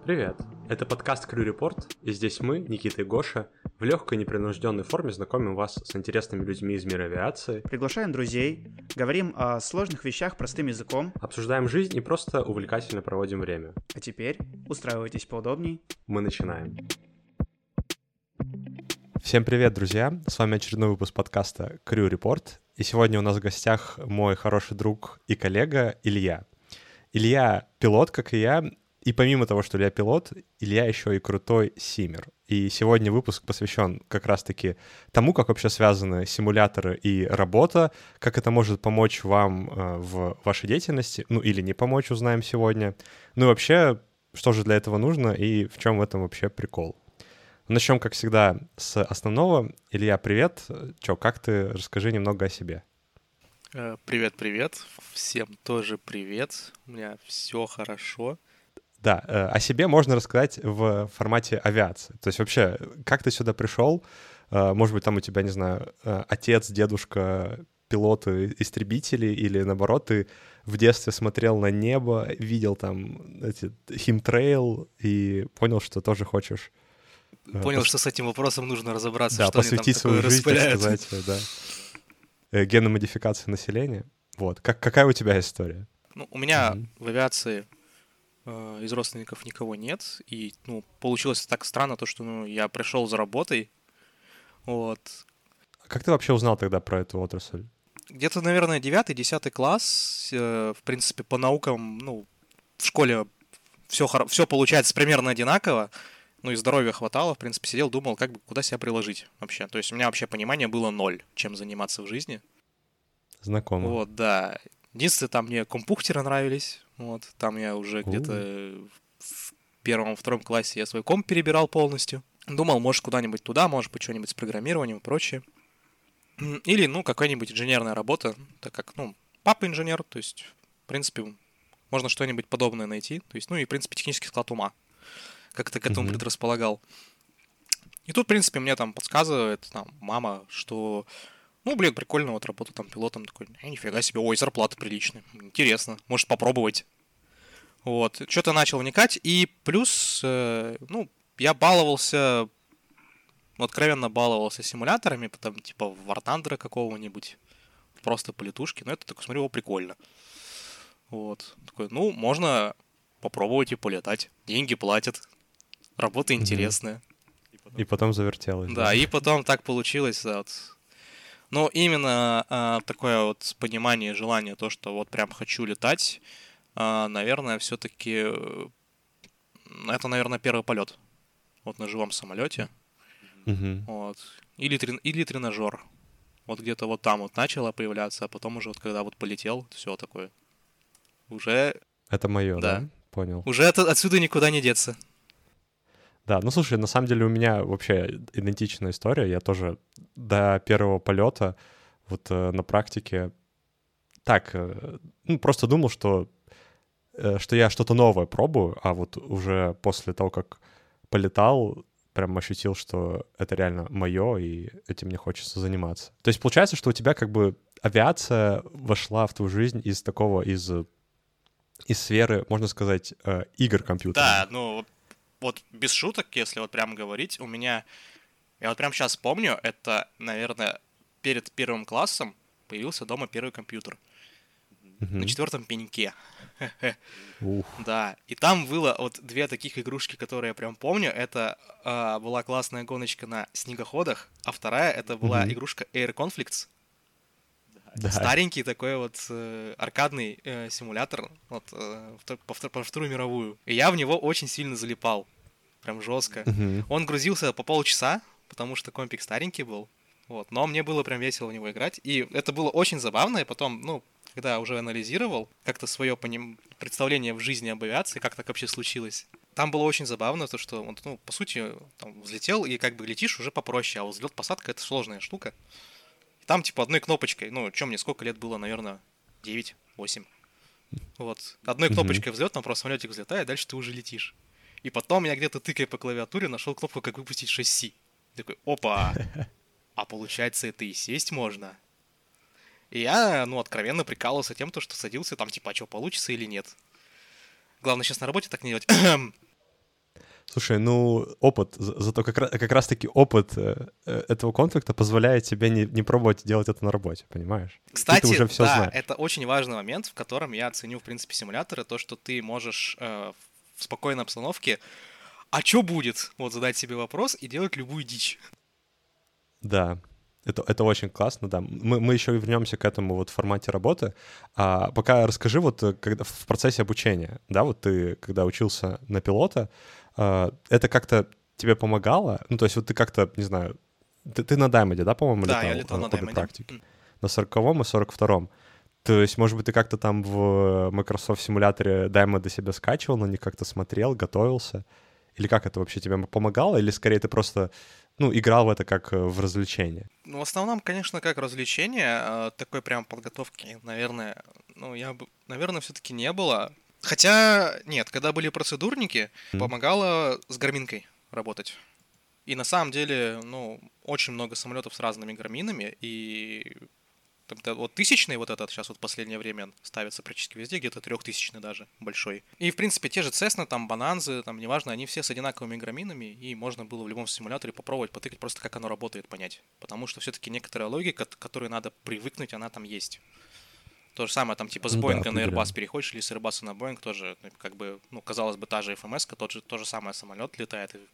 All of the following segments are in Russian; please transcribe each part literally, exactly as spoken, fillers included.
Привет! Это подкаст Crew Report, и здесь мы, Никита и Гоша, в легкой непринужденной форме знакомим вас с интересными людьми из мира авиации, приглашаем друзей, говорим о сложных вещах простым языком, обсуждаем жизнь и просто увлекательно проводим время. А теперь устраивайтесь поудобней. Мы начинаем. Всем привет, друзья! С вами очередной выпуск подкаста Crew Report, и сегодня у нас в гостях мой хороший друг и коллега Илья. Илья пилот, как и я, и помимо того, что Илья пилот, Илья еще и крутой симмер. И сегодня выпуск посвящен как раз-таки тому, как вообще связаны симуляторы и работа, как это может помочь вам э, в вашей деятельности, ну или не помочь, узнаем сегодня. Ну и вообще, что же для этого нужно и в чем в этом вообще прикол. Начнем, как всегда, с основного. Илья, привет. Чё, как ты? Расскажи немного о себе. Привет-привет. Всем тоже привет. У меня все хорошо. Да, о себе можно рассказать в формате авиации. То есть вообще, как ты сюда пришел? Может быть, там у тебя, не знаю, отец, дедушка, пилоты, истребители, или наоборот, ты в детстве смотрел на небо, видел там эти химтрейл и понял, что тоже хочешь. Понял, пос... что с этим вопросом нужно разобраться, да, что посвятить они там свою жизнь, так сказать, да. Геномодификации населения. Вот. Как, какая у тебя история? Ну, у меня mm-hmm. в авиации э, из родственников никого нет, и, ну, получилось так странно, то, что, ну, я пришел за работой, вот. А как ты вообще узнал тогда про эту отрасль? Где-то, наверное, девятый-десятый класс, э, в принципе, по наукам, ну, в школе все, все получается примерно одинаково, ну и здоровья хватало, в принципе, сидел, думал, как бы, куда себя приложить вообще. То есть у меня вообще понимание было ноль, чем заниматься в жизни. Знакомо. Вот, да. Единственное, там мне компьютеры нравились, вот, там я уже У-у. где-то в первом-втором классе я свой комп перебирал полностью. Думал, может, куда-нибудь туда, может быть, что-нибудь с программированием и прочее. Или, ну, какая-нибудь инженерная работа, так как, ну, папа инженер, то есть, в принципе, можно что-нибудь подобное найти. То есть, ну и, в принципе, технический склад ума. Как-то к этому mm-hmm. предрасполагал. И тут, в принципе, мне там подсказывает там, мама, что, ну, блин, прикольно, вот работа там пилотом, такой, э, нифига себе, ой, зарплата приличная, интересно, может попробовать. Вот, что-то начал вникать, и плюс, э, ну, я баловался, ну, откровенно баловался симуляторами, потом, типа, War Thunder какого-нибудь, просто по летушке, но это такой, смотрю, о, прикольно. Вот, такой, ну, можно попробовать и полетать, деньги платят. Работа интересная. И потом завертелось. Да, да, и потом так получилось. Да, вот. Но именно а, такое вот понимание, желание, то, что вот прям хочу летать, а, наверное, все-таки это, наверное, первый полет. Вот на живом самолете. Mm-hmm. Вот. Или, трен... Или тренажер. Вот где-то вот там вот начало появляться, а потом уже вот когда вот полетел, все такое. Уже... Это мое, да? да? Понял. Уже от... отсюда никуда не деться. Да, ну слушай, на самом деле у меня вообще идентичная история. Я тоже до первого полета вот э, на практике так, э, ну, просто думал, что, э, что я что-то новое пробую, а вот уже после того, как полетал, прям ощутил, что это реально мое, и этим мне хочется заниматься. То есть получается, что у тебя как бы авиация вошла в твою жизнь из такого, из, из сферы, можно сказать, э, игр компьютерных. Да, ну... Вот без шуток, если вот прям говорить, у меня, я вот прям сейчас помню, это, наверное, перед первым классом появился дома первый компьютер. Uh-huh. На четвертом пеньке. Uh. Да, и там было вот две таких игрушки, которые я прям помню. Это э, была классная гоночка на снегоходах, а вторая это была uh-huh. игрушка Air Conflicts. Да. Старенький такой вот э, аркадный э, симулятор вот, э, по, по Вторую мировую. И я в него очень сильно залипал. Прям жестко. Uh-huh. Он грузился по полчаса, потому что компик старенький был. Вот, но мне было прям весело в него играть. И это было очень забавно. И потом, ну, когда уже анализировал как-то свое поним... представление в жизни об авиации, как так вообще случилось. Там было очень забавно то, что он, ну, по сути, там, взлетел, и как бы летишь уже попроще. А вот взлет-посадка — это сложная штука. Там, типа, одной кнопочкой, ну, чем мне сколько лет было, наверное, девять-восемь. Вот. Одной кнопочкой взлет, там просто самолетик взлетает, дальше ты уже летишь. И потом я где-то, тыкая по клавиатуре, нашел кнопку, как выпустить шасси. Такой, опа! А получается, это и сесть можно. И я, ну, откровенно прикалывался тем, что садился там, типа, а что, получится или нет. Главное сейчас на работе так не делать. Слушай, ну, опыт, за- зато как, раз, как раз-таки опыт э, э, этого конфликта позволяет тебе не, не пробовать делать это на работе, понимаешь? Кстати, Ты-то уже все да, знаешь. это очень важный момент, в котором я ценю, в принципе, симуляторы, то, что ты можешь э, в спокойной обстановке, а что будет? Вот задать себе вопрос и делать любую дичь. Да, это, это очень классно, да. Мы, мы еще вернемся к этому вот формате работы. А пока расскажи, вот э, когда в процессе обучения, да, вот ты, когда учился на пилота, э, это как-то тебе помогало? Ну, то есть вот ты как-то, не знаю, ты, ты на Даймоде, да, по-моему, Да, летал? я летал э, на обе Даймоне. практики? М. На сороковом и сорок втором. То есть, может быть, ты как-то там в Microsoft симуляторе Даймода себя скачивал, на них как-то смотрел, готовился? Или как это вообще тебе помогало? Или скорее ты просто, ну, играл в это как э, в развлечение? Ну, в основном, конечно, как развлечение, э, такой прям подготовки, наверное, ну, я бы, наверное, все-таки не было. Хотя, нет, когда были процедурники, М. помогало с гарминкой работать. И на самом деле, ну, очень много самолетов с разными гарминами, и там-то вот тысячный вот этот сейчас вот в последнее время ставится практически везде, где-то трехтысячный даже, большой. И, в принципе, те же Cessna, там, Bonanza, там, неважно, они все с одинаковыми гарминами, и можно было в любом симуляторе попробовать потыкать просто, как оно работает, понять. Потому что все-таки некоторая логика, к которой надо привыкнуть, она там есть. То же самое, там, типа, с Ну да, Боинга на определенно. Airbus переходишь, или с Airbus на Boeing тоже, ну, как бы, ну, казалось бы, та же эф эм эс, тот же, то же самое самолет летает и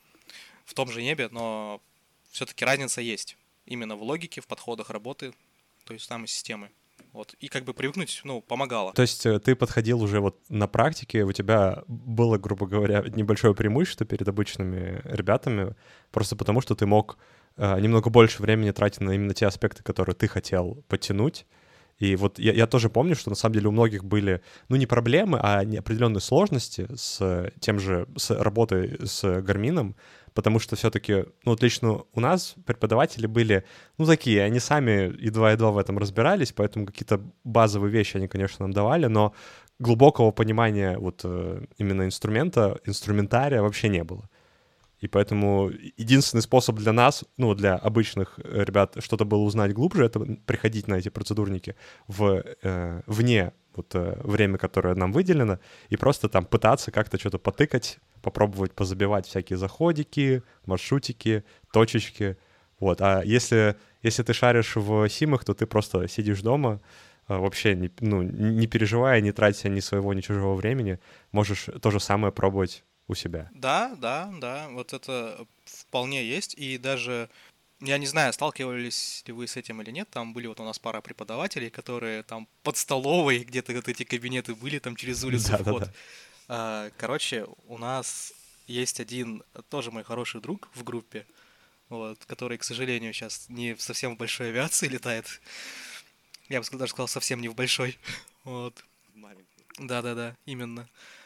в том же небе, но все-таки разница есть. Именно в логике, в подходах работы той самой системы. Вот. И как бы привыкнуть, ну, помогало. То есть э, ты подходил уже вот на практике, у тебя было, грубо говоря, небольшое преимущество перед обычными ребятами, просто потому что ты мог э, немного больше времени тратить на именно те аспекты, которые ты хотел подтянуть. И вот я, я тоже помню, что на самом деле у многих были, ну, не проблемы, а не определенные сложности с тем же, с работой с Гармином, потому что все-таки, ну, вот лично у нас преподаватели были, ну, такие, они сами едва-едва в этом разбирались, поэтому какие-то базовые вещи они, конечно, нам давали, но глубокого понимания вот э, именно инструмента, инструментария вообще не было. И поэтому единственный способ для нас, ну, для обычных э, ребят, что-то было узнать глубже, это приходить на эти процедурники в, э, вне вот, э, время, которое нам выделено, и просто там пытаться как-то что-то потыкать, попробовать позабивать всякие заходики, маршрутики, точечки. Вот. А если, если ты шаришь в симах, то ты просто сидишь дома, э, вообще не, ну, не переживая, не тратя ни своего, ни чужого времени, можешь то же самое пробовать у себя. Да, да, да, вот это вполне есть. И даже, я не знаю, сталкивались ли вы с этим или нет, там были вот у нас пара преподавателей, которые там под столовой, где-то вот эти кабинеты были, там через улицу вход. Да-да-да. А, Короче, у нас есть один тоже мой хороший друг в группе, вот, который, к сожалению, сейчас не в совсем в большой авиации летает. Я бы сказал- даже сказал, совсем не в большой. Вот. Да-да-да, именно.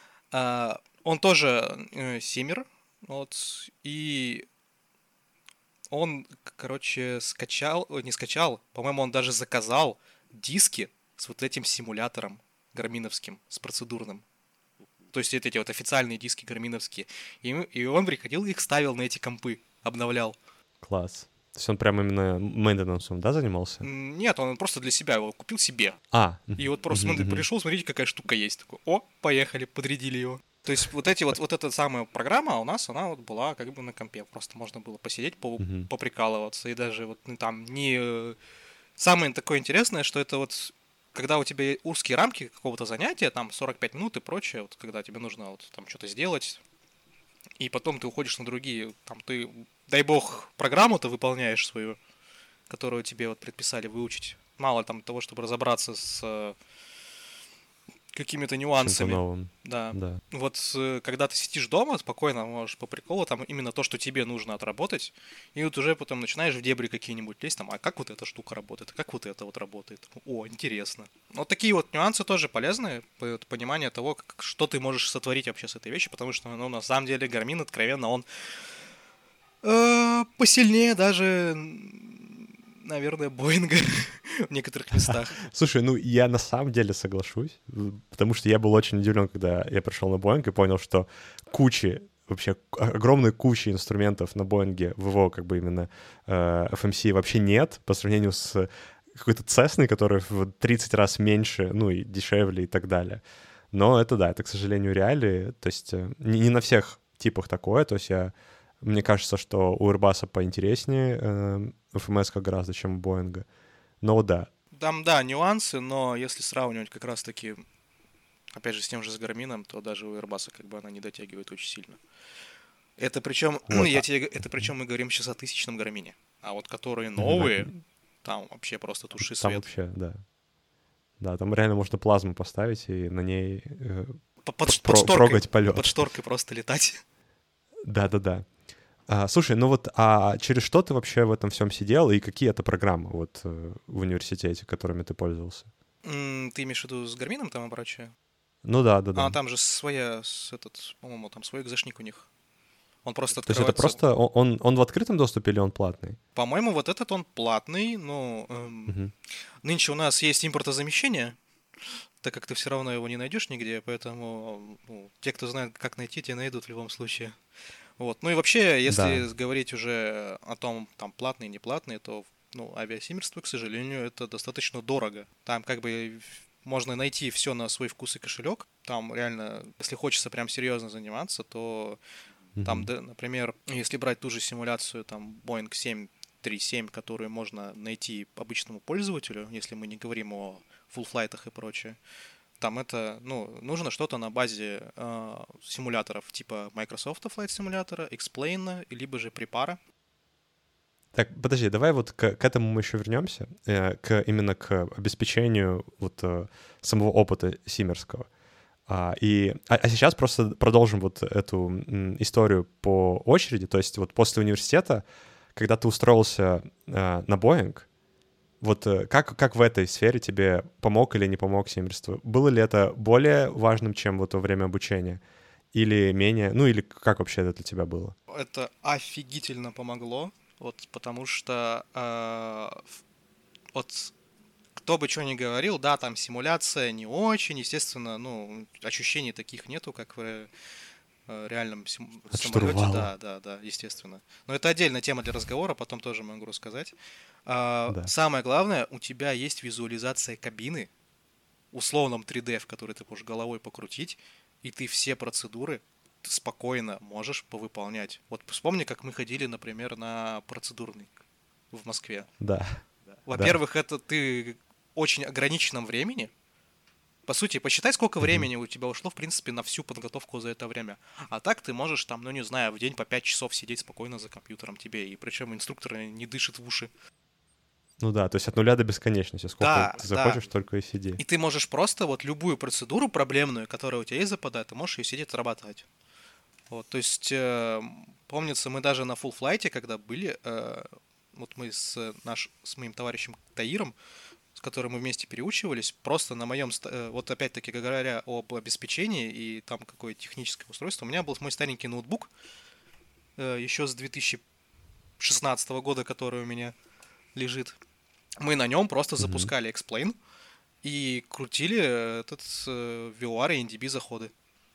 А, он тоже э, симмер, вот, и он, к- короче, скачал, ой, не скачал, по-моему, он даже заказал диски с вот этим симулятором гарминовским, с процедурным. То есть это эти вот официальные диски гарминовские. И, м- и он приходил и их ставил на эти компы, обновлял. Класс. То есть он прям именно мейнтенансом, да, занимался? М, Нет, он просто для себя его купил себе. А, И вот просто мгм, смотри, мгм. пришел, смотрите, какая штука есть. Такой, о, поехали, подрядили его. То есть вот эти вот, вот эта самая программа у нас, она вот была как бы на компе. Просто можно было посидеть, по- Мгм. поприкалываться. И даже вот ну, там не... э, Самое такое интересное, что это вот когда у тебя узкие рамки какого-то занятия, там сорок пять минут и прочее, вот когда тебе нужно вот там что-то сделать, и потом ты уходишь на другие, там ты, дай бог, программу-то выполняешь свою, которую тебе вот предписали выучить. Мало там того, чтобы разобраться с э, какими-то Чем-то нюансами. новым, Да. да. Вот э, когда ты сидишь дома, спокойно можешь по приколу, там именно то, что тебе нужно отработать, и вот уже потом начинаешь в дебри какие-нибудь лезть, там, а как вот эта штука работает, а как вот это вот работает. О, интересно. Вот такие вот нюансы тоже полезны, по- понимание того, как, что ты можешь сотворить вообще с этой вещью, потому что, ну, на самом деле, Гармин, откровенно, он э, посильнее даже, м, наверное, Боинга в некоторых местах. Слушай, ну я на самом деле соглашусь, э, потому что я был очень удивлен, когда я пришел на Boeing и понял, что кучи, вообще к- огромной кучи инструментов на Боинге в его как бы именно э, эф эм си вообще нет по сравнению с какой-то Cessna, который в тридцать раз меньше, ну и дешевле и так далее. Но это да, это, к сожалению, реалии. То есть э, не, не на всех типах такое, то есть я, мне кажется, что у Airbus поинтереснее э, эф эм эс гораздо, чем у Боинга, но да. Там, да, нюансы, но если сравнивать как раз-таки, опять же, с тем же с Гармином, то даже у Airbus как бы она не дотягивает очень сильно. Это причем, Вот. я тебе, это причем мы говорим сейчас о тысячном Гармине, а вот которые новые, Mm-hmm. там вообще просто туши там свет. вообще, да. Да, там реально можно плазму поставить и на ней э, под, под, про- шторкой, прогать полет. Под шторкой просто летать. Да-да-да. А, слушай, ну вот, а через что ты вообще в этом всем сидел, и какие это программы вот э, в университете, которыми ты пользовался? М, Ты имеешь в виду с Гармином там и прочее? Ну да, да, да. А там же своя, с этот, по-моему, там свой экзешник у них. Он просто То есть это открывается... просто, он, он, он в открытом доступе или он платный? По-моему, вот этот он платный, но эм, Мгм. нынче у нас есть импортозамещение, так как ты все равно его не найдешь нигде, поэтому ну, те, кто знает, как найти, те найдут в любом случае. Вот. Ну и вообще, если Да. говорить уже о том, там, платные, не платные, то ну, авиасимерство, к сожалению, это достаточно дорого. Там как бы можно найти все на свой вкус и кошелек. Там реально, если хочется прям серьезно заниматься, то там, Мгм. да, например, если брать ту же симуляцию, там, Boeing семь три семь, которую можно найти обычному пользователю, если мы не говорим о фуллфлайтах и прочее, там это, ну, нужно что-то на базе э, симуляторов типа Microsoft Flight Simulator, Explain, либо же Prepara. Так, подожди, давай вот к, к этому мы еще вернемся, э, к, именно к обеспечению вот э, самого опыта симмерского. А, и, а, а сейчас просто продолжим вот эту м, историю по очереди. То есть вот после университета, когда ты устроился э, на Boeing, вот э, как, как в этой сфере тебе помог или не помог симмерство? Было ли это более важным, чем вот во время обучения? Или менее? Ну или как вообще это для тебя было? Это офигительно помогло, вот, потому что э, вот кто бы что ни говорил, да, там симуляция не очень, естественно, ну, ощущений таких нету, как в э, реальном сим- От самолете, штурвала. да, да, да, естественно. Но это отдельная тема для разговора, потом тоже могу рассказать. А, Да. самое главное, у тебя есть визуализация кабины, условном три дэ, в который ты можешь головой покрутить, и ты все процедуры ты спокойно можешь повыполнять. Вот вспомни, как мы ходили, например, на процедурный в Москве. Да. Во-первых, это ты очень ограниченном времени. По сути, посчитай, сколько Мгм. времени у тебя ушло, в принципе, на всю подготовку за это время. А так ты можешь там, ну не знаю, в день по пять часов сидеть спокойно за компьютером тебе, и причем инструктор не дышит в уши. Ну да, то есть от нуля до бесконечности. Сколько Да, ты да. захочешь, только и сиди. И ты можешь просто вот любую процедуру проблемную, которая у тебя есть западает, ты можешь ее сидеть отрабатывать. Вот, то есть, э, помнится, мы даже на full флайте, когда были, э, вот мы с, наш, с моим товарищем Таиром, с которым мы вместе переучивались, просто на моем, э, вот опять-таки говоря об обеспечении и там какое техническое устройство, у меня был мой старенький ноутбук, э, еще с две тысячи шестнадцатого года, который у меня лежит. Мы на нем просто Мгм. запускали Explain и крутили этот э, ви о ар и эн ди би заходы.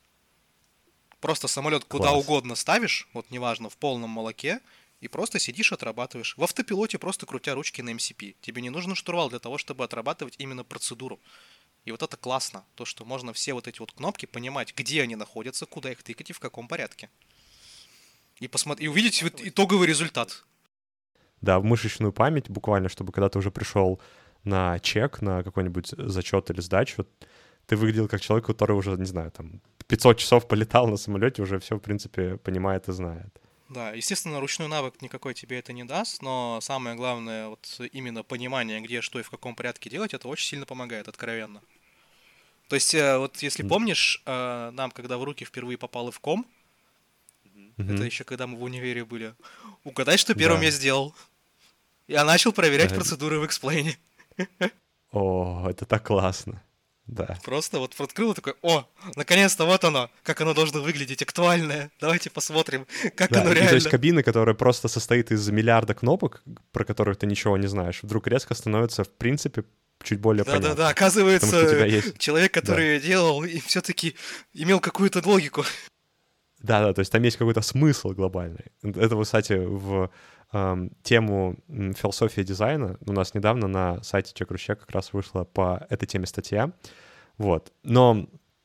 Просто самолет куда Класс. угодно ставишь, вот неважно, в полном молоке, и просто сидишь, отрабатываешь. В автопилоте просто крутя ручки на эм си пи. Тебе не нужен штурвал для того, чтобы отрабатывать именно процедуру. И вот это классно, то, что можно все вот эти вот кнопки понимать, где они находятся, куда их тыкать и в каком порядке. И, посмотри, и увидеть вот итоговый результат. Да, в мышечную память буквально, чтобы когда ты уже пришел на чек, на какой-нибудь зачет или сдачу, ты выглядел как человек, который уже, не знаю, там пятьсот часов полетал на самолете, уже все, в принципе, понимает и знает. Да, естественно, ручной навык никакой тебе это не даст, но самое главное, вот именно понимание, где что и в каком порядке делать, это очень сильно помогает, откровенно. То есть, э, вот если Да. помнишь, э, нам, когда в руки впервые попал ивком, Мгм. это еще когда мы в универе были, угадай, что первым Да. я сделал. Я начал проверять Да. процедуры в Explain. О, это так классно. Да. Просто вот открыл и такой, о, наконец-то вот оно, как оно должно выглядеть, актуальное. Давайте посмотрим, как Да, оно и то есть реально. кабина, которая просто состоит из миллиарда кнопок, про которые ты ничего не знаешь, вдруг резко становится, в принципе, чуть более понятно. Да-да-да, Потому что у оказывается, тебя есть... человек, который её делал, и все-таки имел какую-то логику. Да-да, то есть там есть какой-то смысл глобальный. Это, вот, кстати, в эм, тему м, философии дизайна у нас недавно на сайте Чек.ру как раз вышла по этой теме статья. Вот. Но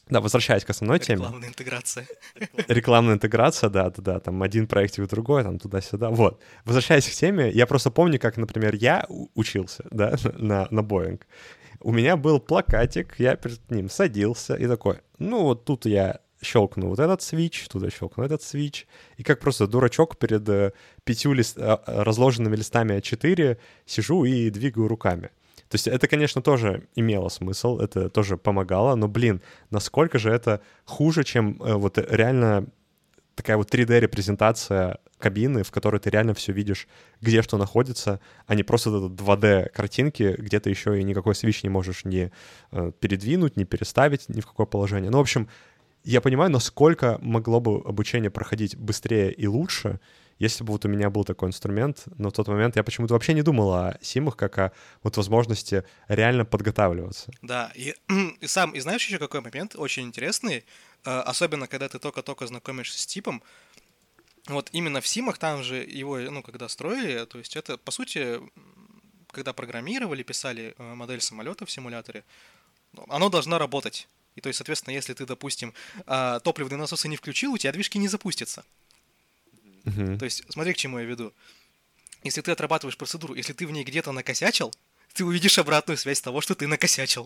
Да, возвращаясь к основной теме. Рекламная интеграция. Рекламная интеграция, да-да-да, там один проектик в другой, там туда-сюда. Вот. Возвращаясь к теме, я просто помню, как, например, я учился, да, на, на Boeing. У меня был плакатик, я перед ним садился и такой, ну вот тут я щелкну вот этот свич, туда щелкну этот свич, и как просто дурачок перед э, пятью лист... разложенными листами а четыре сижу и двигаю руками. То есть это, конечно, тоже имело смысл, это тоже помогало, но, блин, насколько же это хуже, чем э, вот реально такая вот три дэ-репрезентация кабины, в которой ты реально все видишь, где что находится, а не просто вот два дэ-картинки, где ты еще и никакой свич не можешь ни э, передвинуть, ни переставить ни в какое положение. Ну, в общем, я понимаю, насколько могло бы обучение проходить быстрее и лучше, если бы вот у меня был такой инструмент, но в тот момент я почему-то вообще не думал о симах, как о вот возможности реально подготавливаться. Да, и, и сам, и знаешь еще какой момент очень интересный, э, особенно когда ты только-только знакомишься с типом, вот именно в симах там же его, ну, когда строили, то есть это, по сути, когда программировали, писали э, модель самолета в симуляторе, оно должно работать. И то есть, соответственно, если ты, допустим, э, топливные насосы не включил, у тебя движки не запустятся. Uh-huh. То есть, смотри, к чему я веду. Если ты отрабатываешь процедуру, если ты в ней где-то накосячил, ты увидишь обратную связь того, что ты накосячил.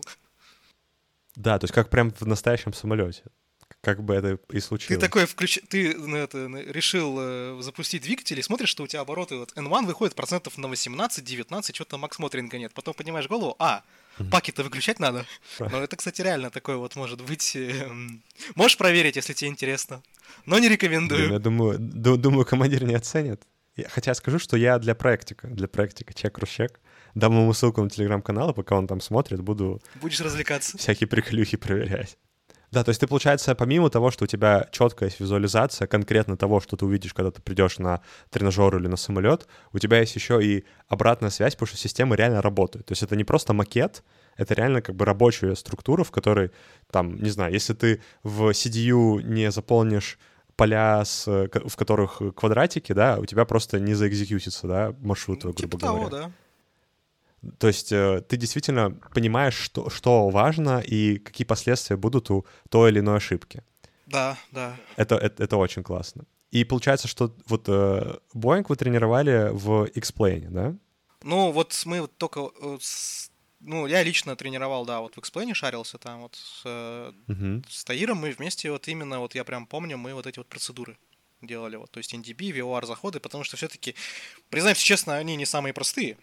Да, то есть как прям в настоящем самолете. Как бы это и случилось. Ты такой включ... ты ну, это, решил э, запустить двигатель и смотришь, что у тебя обороты вот эн один выходит процентов на восемнадцать-девятнадцать, что-то макс моторинга нет. Потом поднимаешь голову, а, паки-то выключать надо. Но это, кстати, реально такое вот может быть. Э, можешь проверить, если тебе интересно. Но не рекомендую. Блин, я думаю, ду- думаю, командир не оценит. Я, хотя скажу, что я для практика, для практика чек-рус-чек, дам ему ссылку на телеграм-канал, и пока он там смотрит, буду... Будешь развлекаться. Всякие приколюхи проверять. Да, то есть ты, получается, помимо того, что у тебя четкая есть визуализация конкретно того, что ты увидишь, когда ты придешь на тренажер или на самолет, у тебя есть еще и обратная связь, потому что системы реально работают. То есть это не просто макет, это реально как бы рабочая структура, в которой, там, не знаю, если ты в си ди ю не заполнишь поля, с, в которых квадратики, да, у тебя просто не заэкзекьютится, да, маршрут, грубо типа говоря. Того, да. То есть э, ты действительно понимаешь, что, что важно и какие последствия будут у той или иной ошибки. Да, да. Это, это, это очень классно. И получается, что вот э, Boeing вы тренировали в X-Plane, да? Ну, вот мы вот только... э, с- Ну, я лично тренировал, да, вот в X-Plane шарился там вот с, э, Угу. с Таиром, мы вместе вот именно, вот я прям помню, мы вот эти вот процедуры делали, вот, то есть эн ди би, ви о ар-заходы, потому что все-таки, признаемся честно, они не самые простые.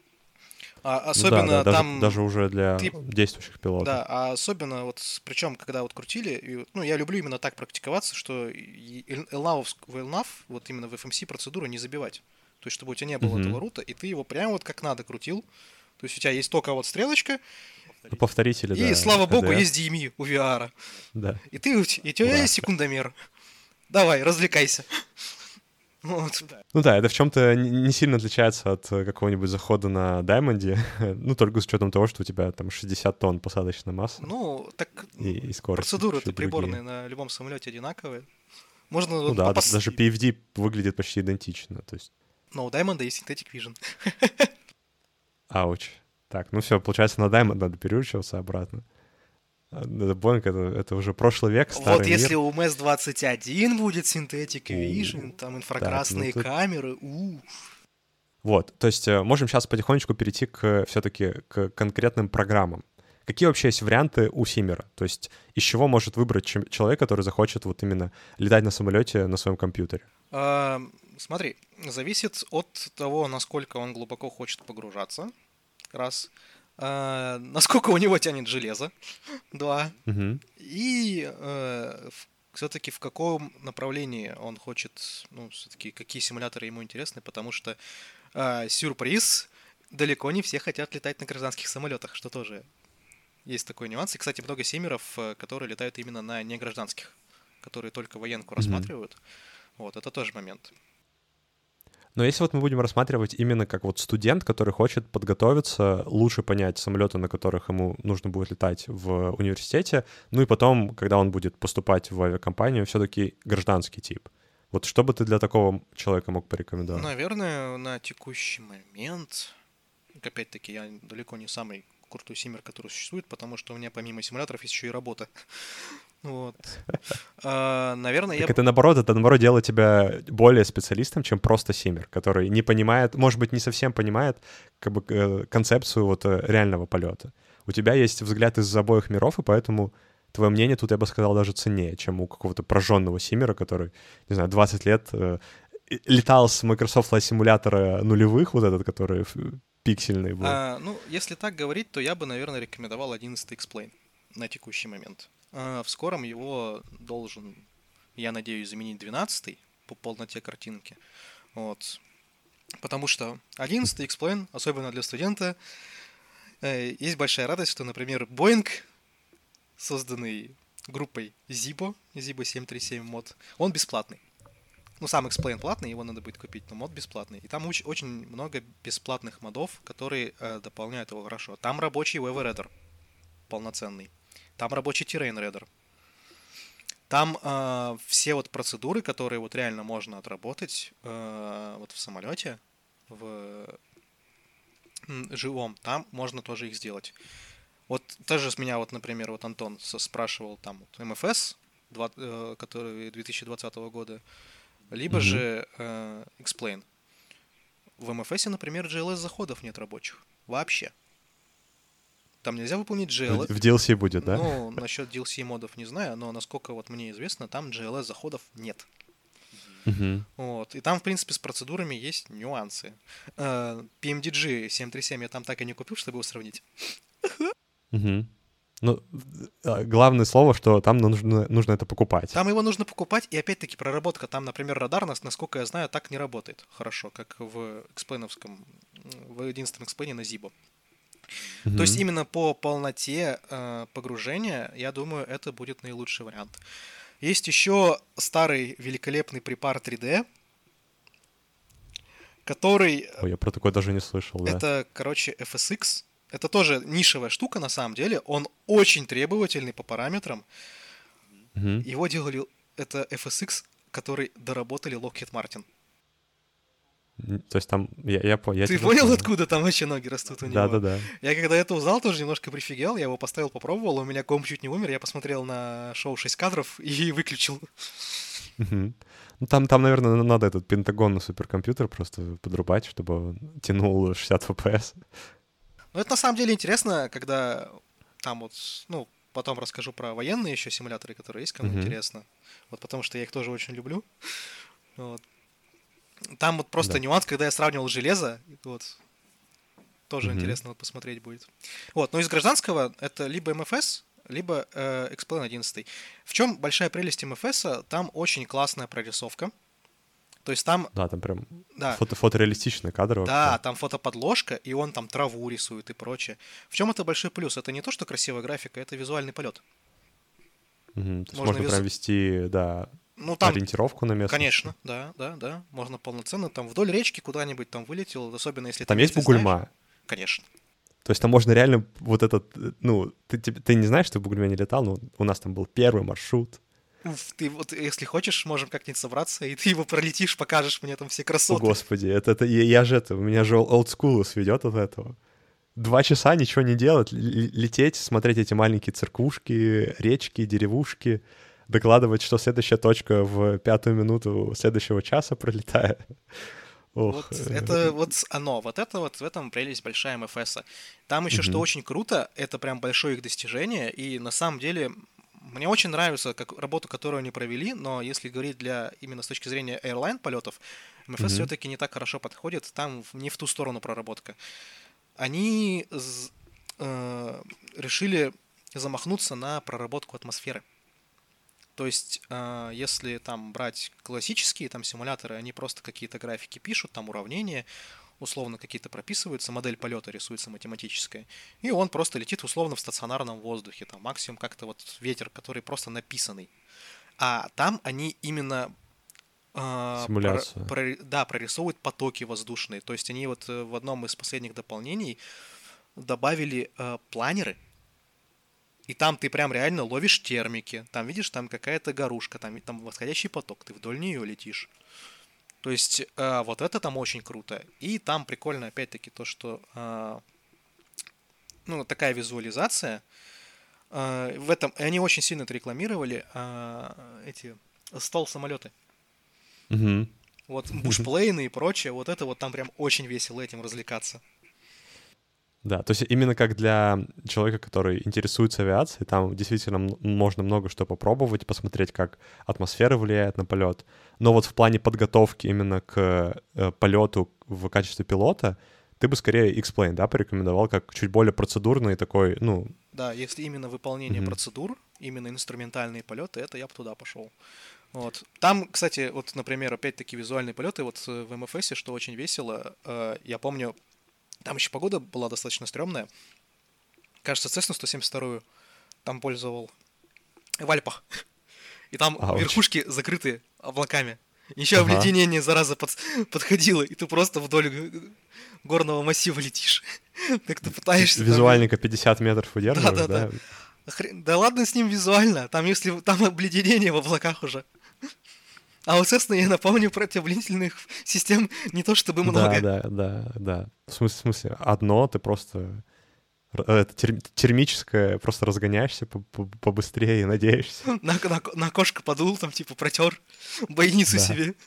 А, Ну особенно да, да, даже, там... даже уже для ты- действующих пилотов. Да, а особенно вот, причем, когда вот крутили, и, ну, я люблю именно так практиковаться, что и эл- элнавовск- в элнав, вот именно в эф эм си процедуру не забивать. То есть, чтобы у тебя не было Мгм. этого рута, и ты его прям вот как надо крутил. То есть, у тебя есть только вот стрелочка, Ну, повторители, и, да. слава богу, ха дэ эс. есть ди эм и у ви ар. Да. И ты, у т- и у тебя Ура. есть секундомер. Давай, развлекайся. Вот. Ну да, это в чем-то не не сильно отличается от э, какого-нибудь захода на Даймонде, ну только с учетом того, что у тебя там шестьдесят тонн посадочной массы Ну, так и, и скорость. процедуры-то чуть другие. приборные на любом самолете одинаковые. Можно Ну вот да, попас- даже пи эф ди выглядит почти идентично, то есть, Но у Diamond есть Synthetic Vision. ауч. Так, ну все, получается, на Diamond надо переучиваться обратно. А, да, Boeing — это, это уже прошлый век, старый Вот если мир. у эм эс двадцать один будет Synthetic Vision, У, там так, инфракрасные ну тут- камеры, у Вот, то есть э, можем сейчас потихонечку перейти к все-таки к конкретным программам. Какие вообще есть варианты у Симмера? То есть из чего может выбрать чем- человек, который захочет вот именно летать на самолете на своем компьютере? А, смотри, зависит от того, насколько он глубоко хочет погружаться, раз, а, насколько у него тянет железо, два, Мгм. и все-таки в каком направлении он хочет, ну, все-таки какие симуляторы ему интересны, потому что, а, сюрприз, далеко не все хотят летать на гражданских самолетах, что тоже есть такой нюанс. И, кстати, много симмеров, э, которые летают именно на негражданских, которые только военку Мгм. рассматривают. Вот, это тоже момент. Но если вот мы будем рассматривать именно как вот студент, который хочет подготовиться, лучше понять самолеты, на которых ему нужно будет летать в университете, ну и потом, когда он будет поступать в авиакомпанию, все-таки гражданский тип. Вот что бы ты для такого человека мог порекомендовать? Наверное, на текущий момент, опять-таки, я далеко не самый крутой симмер, который существует, потому что у меня помимо симуляторов есть еще и работа. Вот. А, наверное, Так я... это наоборот, это наоборот делает тебя более специалистом, чем просто симмер, который не понимает, может быть, не совсем понимает как бы, э, концепцию вот э, реального полета. У тебя есть взгляд из обоих миров, и поэтому твое мнение тут, я бы сказал, даже ценнее, чем у какого-то прожженного симмера, который, не знаю, двадцать лет э, летал с Microsoft Flight Simulator нулевых, вот этот, который пиксельный был. А, ну, если так говорить, то я бы, наверное, рекомендовал одиннадцатый Explain на текущий момент. А, в скором его должен, я надеюсь, заменить двенадцатый по полноте картинки. Вот. Потому что одиннадцатый Explain, особенно для студента, э, есть большая радость, что, например, Boeing, созданный группой Zibo, Zibo семь три семь мод, он бесплатный. Ну, сам Explain платный, его надо будет купить, но мод бесплатный. И там уч- очень много бесплатных модов, которые э, дополняют его хорошо. Там рабочий Weather Radar полноценный. Там рабочий Terrain Radar. Там э, все вот процедуры, которые вот реально можно отработать э, вот в самолете, в м, живом, там можно тоже их сделать. Вот тоже с меня вот, например, вот Антон со- спрашивал там вот эм эф эс, два- э, который две тысячи двадцатого года, либо Мгм. же э, Explain. В эм эф эс, например, джи эл эс-заходов нет рабочих. Вообще. Там нельзя выполнить джи эл эс. В, в ди эл си будет, да? Ну, насчет ди эл си модов не знаю, но насколько вот мне известно, там джи эл эс-заходов нет. Мгм. Вот. И там, в принципе, с процедурами есть нюансы. Э, пи эм ди джи семь три семь я там так и не купил, чтобы его сравнить. Мгм. Ну, а, главное слово, что там нужно, нужно это покупать. Там его нужно покупать, и опять-таки проработка. Там, например, радар, нас- насколько я знаю, так не работает хорошо, как в эксплейновском, в одиннадцатом эксплейне на Zibo. То есть Мгм. именно по полноте э, погружения, я думаю, это будет наилучший вариант. Есть еще старый великолепный препар три дэ, который, Ой, я про такое даже не слышал, да. это, короче, эф эс икс. Это тоже нишевая штука на самом деле. Он очень требовательный по параметрам. Мгм. Его делали, это эф эс икс, который доработали Lockheed Martin. М, То есть там, я, я, по- я Ты тебя понял, понял. откуда там вообще ноги растут у него? Да-да-да. Я когда это узнал, тоже немножко прифигел. Я его поставил, попробовал. У меня комп чуть не умер. Я посмотрел на шоу шесть кадров и выключил. Мгм. Ну, там, там, наверное, надо этот Пентагон на суперкомпьютер просто подрубать, чтобы он тянул шестьдесят эф пи эс. Но это на самом деле интересно, когда там вот, ну, потом расскажу про военные еще симуляторы, которые есть, кому Мгм. интересно. Вот потому что я их тоже очень люблю. Вот. Там вот просто Да. нюанс, когда я сравнивал железо, вот, тоже Мгм. интересно вот посмотреть будет. Вот, но из гражданского это либо эм эф эс, либо э, Explain одиннадцать. В чем большая прелесть эм эф эс? Там очень классная прорисовка. То есть там, Да, там прям да, фото фотореалистичные кадры да, вообще. там фотоподложка, и он там траву рисует и прочее. В чем это большой плюс? Это не то, что красивая графика, это визуальный полет. Мгм. То есть Можно можно визу- прям вести, да, Ну, там, ориентировку на местности. конечно, да, да, да. Можно полноценно там вдоль речки куда-нибудь там вылетел, особенно если ты Там есть местность знаешь. Бугульма. Конечно. То есть там можно реально вот этот, э, ну, ты, ты, ты не знаешь, что в Бугульме не летал, но у нас там был первый маршрут. Уф, ты вот, если хочешь, можем как-нибудь собраться, и ты его пролетишь, покажешь мне там все О, красоты. господи, это, это я, я же это, у меня же олдскул сведет от этого. Два часа ничего не делать, л- л- лететь, смотреть эти маленькие церквушки, речки, деревушки, докладывать, что следующая точка в пятую минуту следующего часа пролетает. Ох. Вот э, это вот оно, вот это вот в этом прелесть большая эм эф эс. Там еще что Мгм. очень круто, это прям большое их достижение, и на самом деле мне очень нравится как, работу, которую они провели, но если говорить для именно с точки зрения airline полетов, эм эф эс Мгм. все-таки не так хорошо подходит, там в- не в ту сторону проработка. Они з- э, решили замахнуться на проработку атмосферы. То есть, э, если там брать классические там симуляторы, они просто какие-то графики пишут, там уравнения, условно какие-то прописываются, модель полета рисуется математическая, и он просто летит условно в стационарном воздухе, там максимум как-то вот ветер, который просто написанный. А там они именно э, про- Симуляцию. про- да, прорисовывают потоки воздушные. То есть они вот э, в одном из последних дополнений добавили э, планеры, и там ты прям реально ловишь термики. Там видишь, там какая-то горушка, там, там восходящий поток, ты вдоль нее летишь. То есть э, вот это там очень круто. И там прикольно, опять-таки, то, что э, ну, такая визуализация. Э, в этом, и они очень сильно это рекламировали, э, эти стол-самолеты. Мгм. Вот бушплейны и прочее, вот это вот там прям очень весело этим развлекаться. Да, то есть именно как для человека, который интересуется авиацией, там действительно м- можно много что попробовать, посмотреть, как атмосфера влияет на полет. Но вот в плане подготовки именно к э, полету в качестве пилота, ты бы скорее X-Plane, да, порекомендовал, как чуть более процедурный такой, ну... Да, если именно выполнение мгм, процедур, именно инструментальные полеты, это я бы туда пошел. Вот. Там, кстати, вот, например, опять-таки визуальные полеты, вот э, в эм эф эс, что очень весело, э, я помню, там еще погода была достаточно стрёмная. Кажется, Cessna сто семьдесят два там пользовал в Альпах. И там ауч. верхушки закрыты облаками. Еще Ага. обледенение, зараза, под- подходило, и ты просто вдоль г- горного массива летишь. Так ты пытаешься там... ви- Визуальненько пятьдесят метров удерживаешь, Да-да-да. да? Хрен- Да ладно с ним визуально, там если там обледенение в облаках уже. А вот, соответственно, я напомню, противоблительных систем не то чтобы Да, много. да, да, да. В смысле, в смысле, одно ты просто... р- Это терм- термическое, просто разгоняешься по- по- побыстрее и надеешься. На, на, на окошко подул, там типа протер бойницу Да. себе.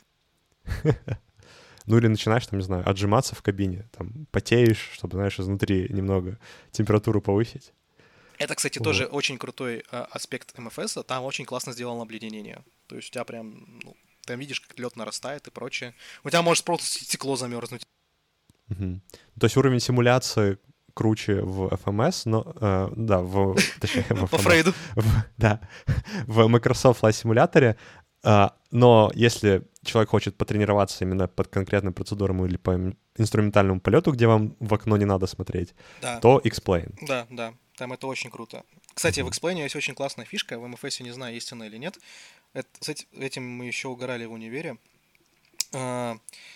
Ну или начинаешь, там, не знаю, отжиматься в кабине, там, потеешь, чтобы, знаешь, изнутри немного температуру повысить. Это, кстати, тоже Вот. очень крутой э, аспект эм эф эс. Там очень классно сделано обледенение. То есть у тебя прям, ну, там видишь, как лед нарастает и прочее. У тебя может просто стекло замерзнуть. Мгм. То есть уровень симуляции круче в эф эм эс, но... э, да, в... Точнее, в По эф эм эс. Фрейду. В- да, в Microsoft Flight Simulator. А, но если человек хочет потренироваться именно под конкретным процедурам или по ин- инструментальному полету, где вам в окно не надо смотреть, Да, то X-Plane. да, да. Там это очень круто. Кстати, в X-Plane есть очень классная фишка. В эм эф эс не знаю, есть она или нет. Это, с эти- этим мы еще угорали в универе. А,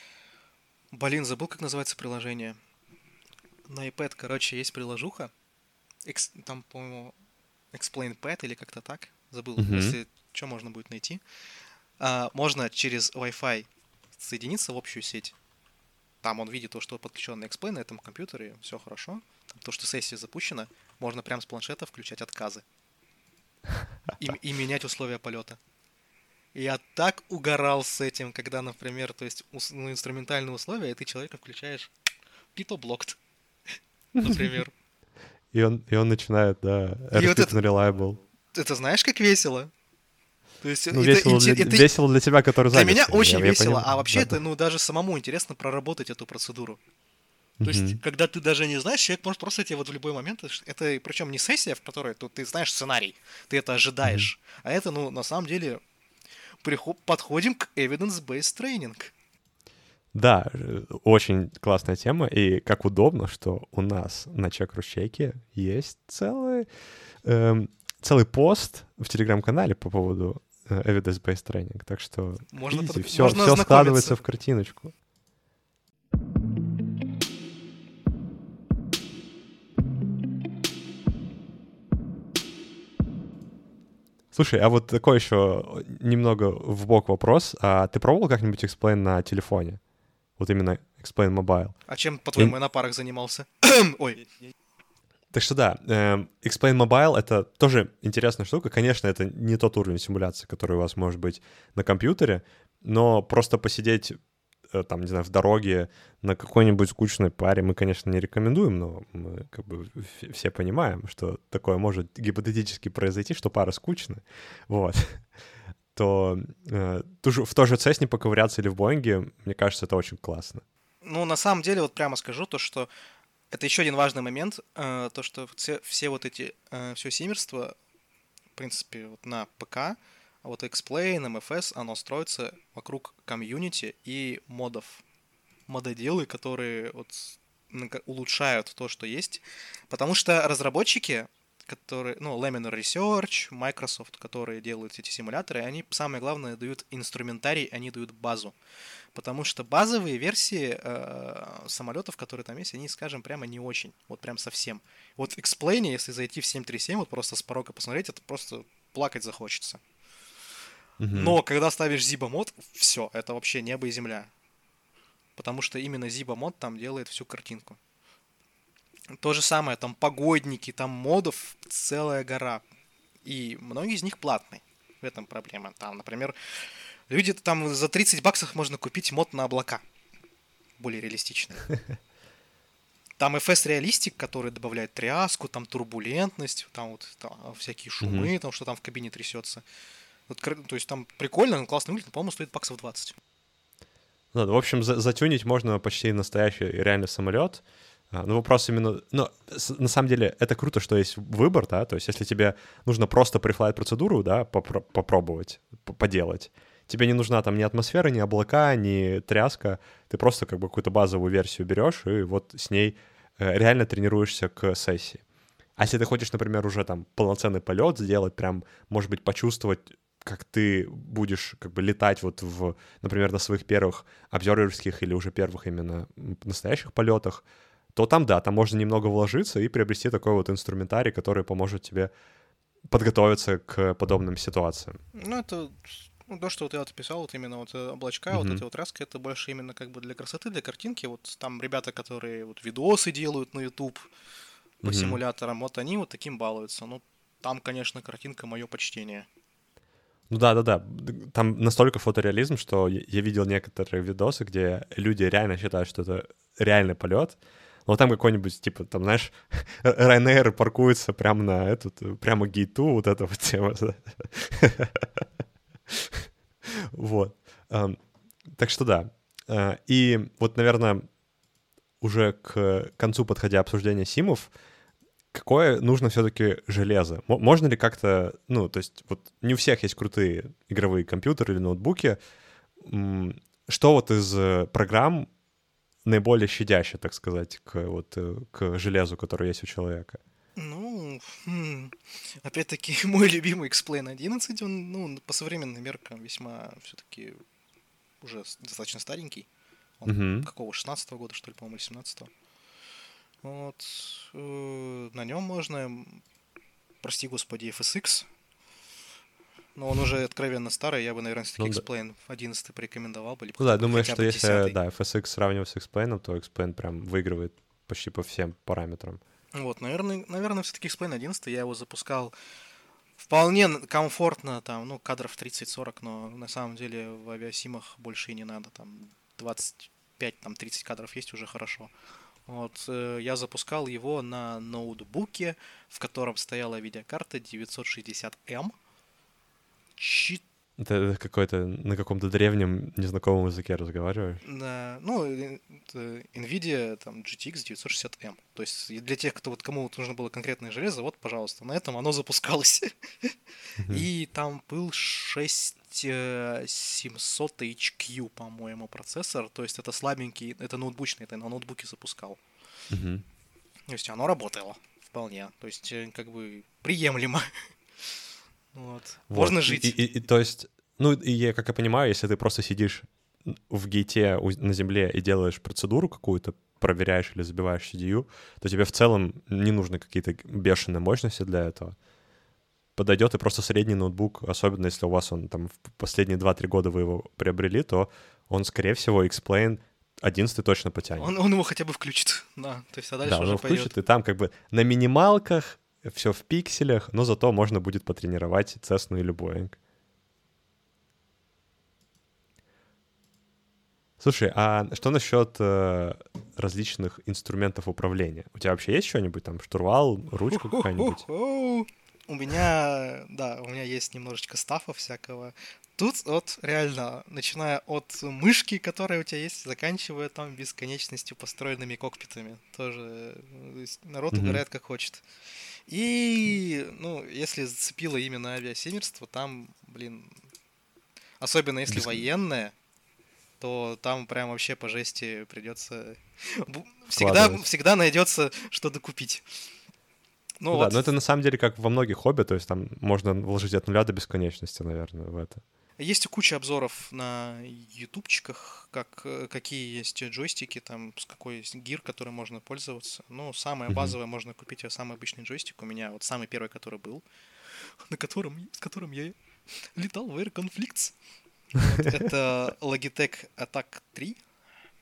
блин, забыл, как называется приложение. На iPad, короче, есть приложуха. Экс- там, по-моему, Explain Pad или как-то так. Забыл. Мгм. Если что, можно будет найти. А, можно через Wi-Fi соединиться в общую сеть. Там он видит то, что подключен на Explain на этом компьютере, все хорошо. Там то, что сессия запущена, можно прямо с планшета включать отказы и, и менять условия полета. И я так угорал с этим, когда, например, то есть ус- ну, инструментальные условия, и ты человека включаешь Pito Blocked, например. И он, и он начинает, да, И вот airspeed это, unreliable. это знаешь, как весело? То есть Ну, это, весело для, инте- это весело для тебя, который для занят меня этим. очень Я, я весело, понимаю. а вообще Да, это, да. ну, даже самому интересно проработать эту процедуру. То есть, Мгм. когда ты даже не знаешь, человек может просто тебе вот в любой момент... Это причем не сессия, в которой тут ты знаешь сценарий, ты это Мгм. ожидаешь. А это, ну, на самом деле, приход- подходим к evidence-based training. Да, э, очень классная тема, и как удобно, что у нас на Чек-Ручейке есть целый, эм, целый пост в Телеграм-канале по поводу э, evidence-based training, так что Можно, easy, подг- все, можно все складывается ознакомиться. в картиночку. Слушай, а вот такой еще немного вбок вопрос. А ты пробовал как-нибудь Explain на телефоне? Вот именно Explain Mobile. А чем, Я- по-твоему, я на парах занимался? Ой, Так что да, эм, Explain Mobile — это тоже интересная штука. Конечно, это не тот уровень симуляции, который у вас может быть на компьютере, но просто посидеть, э, там, не знаю, в дороге на какой-нибудь скучной паре мы, конечно, не рекомендуем, но мы как бы в- все понимаем, что такое может гипотетически произойти, что пара скучная, вот, то э, ту же- в той же Cessna поковыряться или в Боинге, мне кажется, это очень классно. ну, на самом деле, вот прямо скажу то, что это еще один важный момент, э, то, что все, все вот эти, все симерство, в принципе, вот на ПК, а вот Explain, эм эф эс, оно строится вокруг комьюнити и модов. Мододелы, которые вот с- нага- улучшают то, что есть. Потому что разработчики, которые, ну, Laminar Research, Microsoft, которые делают эти симуляторы, они, самое главное, дают инструментарий, они дают базу. Потому что базовые версии э, самолетов, которые там есть, они, скажем, прямо не очень. Вот прям совсем. Вот в Explain, если зайти в семь три семь, вот просто с порога посмотреть, это просто плакать захочется. Мгм. Но когда ставишь Ziba мод, все, это вообще небо и земля. Потому что именно Ziba мод там делает всю картинку. То же самое, там погодники, там модов целая гора. И многие из них платные. В этом проблема. Там, например, люди там за тридцать баксов можно купить мод на облака. Более реалистичный. Там эф эс Realistic, который добавляет тряску, там турбулентность, там вот там всякие шумы, Мгм. там что там в кабине трясется. Вот, кр- то есть там прикольно, классно выглядит, но, по-моему, стоит баксов двадцать. Ну, да, в общем, за- затюнить можно почти настоящий реальный самолет. А, Ну, вопрос именно... Ну, с- на самом деле, это круто, что есть выбор, да, то есть если тебе нужно просто префлайт процедуру, да, попро- попробовать, п- поделать, тебе не нужна там ни атмосфера, ни облака, ни тряска, ты просто как бы какую-то базовую версию берешь и вот с ней э, реально тренируешься к сессии. А если ты хочешь, например, уже там полноценный полет сделать, прям, может быть, почувствовать, как ты будешь как бы летать вот в, например, на своих первых обзерверских или уже первых именно м, настоящих полетах, то там, да, там можно немного вложиться и приобрести такой вот инструментарий, который поможет тебе подготовиться к подобным ситуациям. Ну, это ну, то, что вот я вот описал, вот именно вот э, облачка, вот эти Мгм. вот раски, это больше именно как бы для красоты, для картинки. Вот там ребята, которые вот видосы делают на YouTube по Мгм. симуляторам, вот они вот таким балуются. Ну, там, конечно, картинка мое почтение. Ну да-да-да, д- там настолько фотореализм, что я я видел некоторые видосы, где люди реально считают, что это реальный полет, но там какой-нибудь, типа, там, знаешь, Ryanair паркуется прямо на этот, э, прямо гейту, вот эта вот тема. Вот. Ам, Так что да. А, И вот, наверное, уже к концу подходя обсуждения симов, какое нужно все-таки железо? Мо- Можно ли как-то, ну, то есть вот не у всех есть крутые игровые компьютеры или ноутбуки. М, Что вот из э, программ наиболее щадяще, так сказать, к, вот, э, к железу, которое есть у человека? Ну, хм, опять-таки, мой любимый X-Plane одиннадцать, он, ну, по современным меркам весьма все-таки уже с- достаточно старенький. Он Мгм. какого, шестнадцатого года, что ли, по-моему, или семнадцатого. Вот. э, На нем можно, м, прости господи, эф эс икс, но он уже откровенно старый, я бы, наверное, все-таки Ну да. X-Plane одиннадцать порекомендовал бы, либо Ну да, хотя бы, думаешь, хотя что бы если, десятый. да, эф эс икс сравнивать с X-Plane, то X-Plane прям выигрывает почти по всем параметрам. Вот, наверное, наверное, все-таки X-Plane одиннадцать, я его запускал вполне н- комфортно, там, ну, кадров тридцать-сорок, но на самом деле в авиасимах больше и не надо, там, двадцать пять, там, тридцать кадров есть уже хорошо. Вот, э, я запускал его на ноутбуке, в котором стояла видеокарта девятьсот шестьдесят эм. Это это какой-то на каком-то древнем незнакомом языке разговариваешь? Да, ну, э, это Nvidia там джи ти экс девятьсот шестьдесят эм. То есть и для тех, кто вот кому вот нужно было конкретное железо, вот, пожалуйста, на этом оно запускалось. Мгм. И там был шесть э, семьсот эйч кью, по-моему, процессор. То есть это слабенький, это ноутбучный, это на ноутбуке запускал. Мгм. То есть оно работало вполне. То есть э, как бы приемлемо. Вот. Вот. Можно И, и, жить. и- и то есть, ну, и я, как я понимаю, если ты просто сидишь в гейте у- на земле и делаешь процедуру какую-то, проверяешь или забиваешь си ди ю, то тебе в целом не нужны какие-то бешеные мощности для этого. Подойдет и просто средний ноутбук, особенно если у вас он там в последние два-три года вы его приобрели, то он, скорее всего, X-Plane одиннадцать точно потянет. Он, он его хотя бы включит. Да. То есть а Да, дальше он уже его пойдет. включит, и там как бы на минималках, все в пикселях, но зато можно будет потренировать Cessna или Boeing. Слушай, а что насчет э, различных инструментов управления? У тебя вообще есть что-нибудь там? Штурвал, ручка какая-нибудь? Ху-ху-ху-ху. У меня, да, у меня есть немножечко стафа всякого. Тут вот реально, начиная от мышки, которая у тебя есть, заканчивая там бесконечностью построенными кокпитами. Тоже э, то есть народ Мгм. угорает как хочет. И, ну, если зацепило именно авиасемерство, там, блин, особенно если Бес- военное, то там прям вообще по жести придется... бу- Всегда, Вкладывать. всегда найдется что докупить. Ну Ну да, вот, но это на самом деле как во многих хобби, то есть там можно вложить от нуля до бесконечности, наверное, в это. есть куча обзоров на ютубчиках, как, э, какие есть джойстики, там, с какой есть гир, который можно пользоваться. Ну, самое Мгм. базовое можно купить, а самый обычный джойстик у меня, вот самый первый, который был, на котором, с которым я летал в Air Conflicts. Вот, это Logitech Attack три.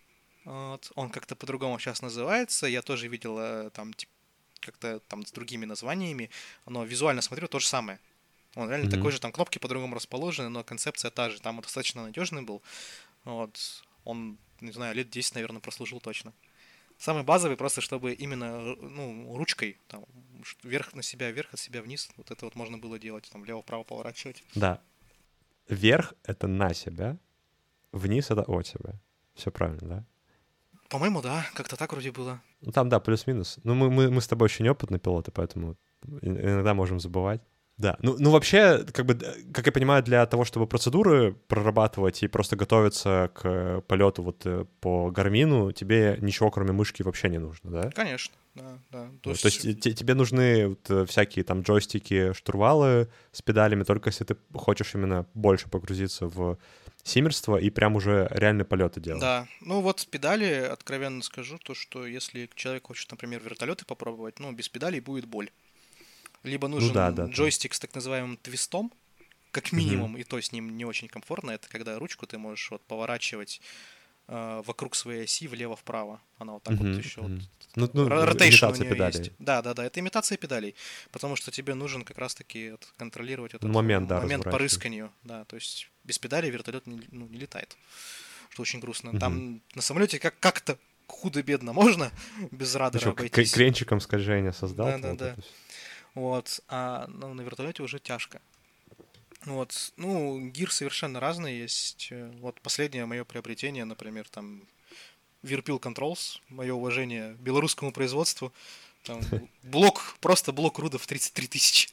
Вот. Он как-то по-другому сейчас называется. Я тоже видел э, там тип- как-то там с другими названиями, но визуально смотрю то же самое. Он реально Мгм. такой же, там кнопки по-другому расположены, но концепция та же. Там он достаточно надежный был. Вот. Он, не знаю, лет десять, наверное, прослужил точно. Самый базовый, просто чтобы именно э, ну, ручкой там, ш- вверх на себя, вверх от себя вниз, вот это вот можно было делать, там влево-вправо поворачивать. Да. Вверх — это на себя, вниз — это от себя. Все правильно, да? По-моему, да, как-то так вроде было. Ну, там, да, плюс-минус. Ну, мы, мы, мы с тобой очень опытные пилоты, поэтому и- иногда можем забывать. Да, ну, ну вообще, как бы, д- как я понимаю, для того, чтобы процедуры прорабатывать и просто готовиться к полету вот э, по гармину, тебе ничего, кроме мышки, вообще не нужно, да? Конечно, да, да. То Вот, то есть, есть те- тебе нужны вот, э, всякие там джойстики, штурвалы с педалями, только если ты хочешь именно больше погрузиться в симмерство и прям уже реальные полеты делать. да. Ну вот с педали, откровенно скажу, то, что если человек хочет, например, вертолеты попробовать, ну, без педалей будет боль. Либо Ну да, да, нужен да. джойстик с так называемым твистом, как Мгм. минимум, и то с ним не очень комфортно. Это когда ручку ты можешь вот поворачивать э, вокруг своей оси влево-вправо. Она вот так вот Мгм, еще вот мгм. Ну, ну, ро- э, ротейшн у имитация нее есть. педалей. Да, да, да, это имитация педалей, потому что тебе нужен как раз-таки вот контролировать Ну, этот э, момент, да, момент по разворачиваешь. рысканию. Да, то есть без педалей вертолет не, ну, не летает, что очень грустно. Мгм. Там на самолете как- как-то худо-бедно можно без Ты радара что, обойтись. кренчиком скольжения создал? Да, То да, вот да. это всё? Вот, а ну, на вертолете уже тяжко. Вот, ну, гир совершенно разный есть. Э, Вот последнее мое приобретение, например, там Virpil Controls, мое уважение белорусскому производству. Там блок, просто блок рудов тридцать три тысячи.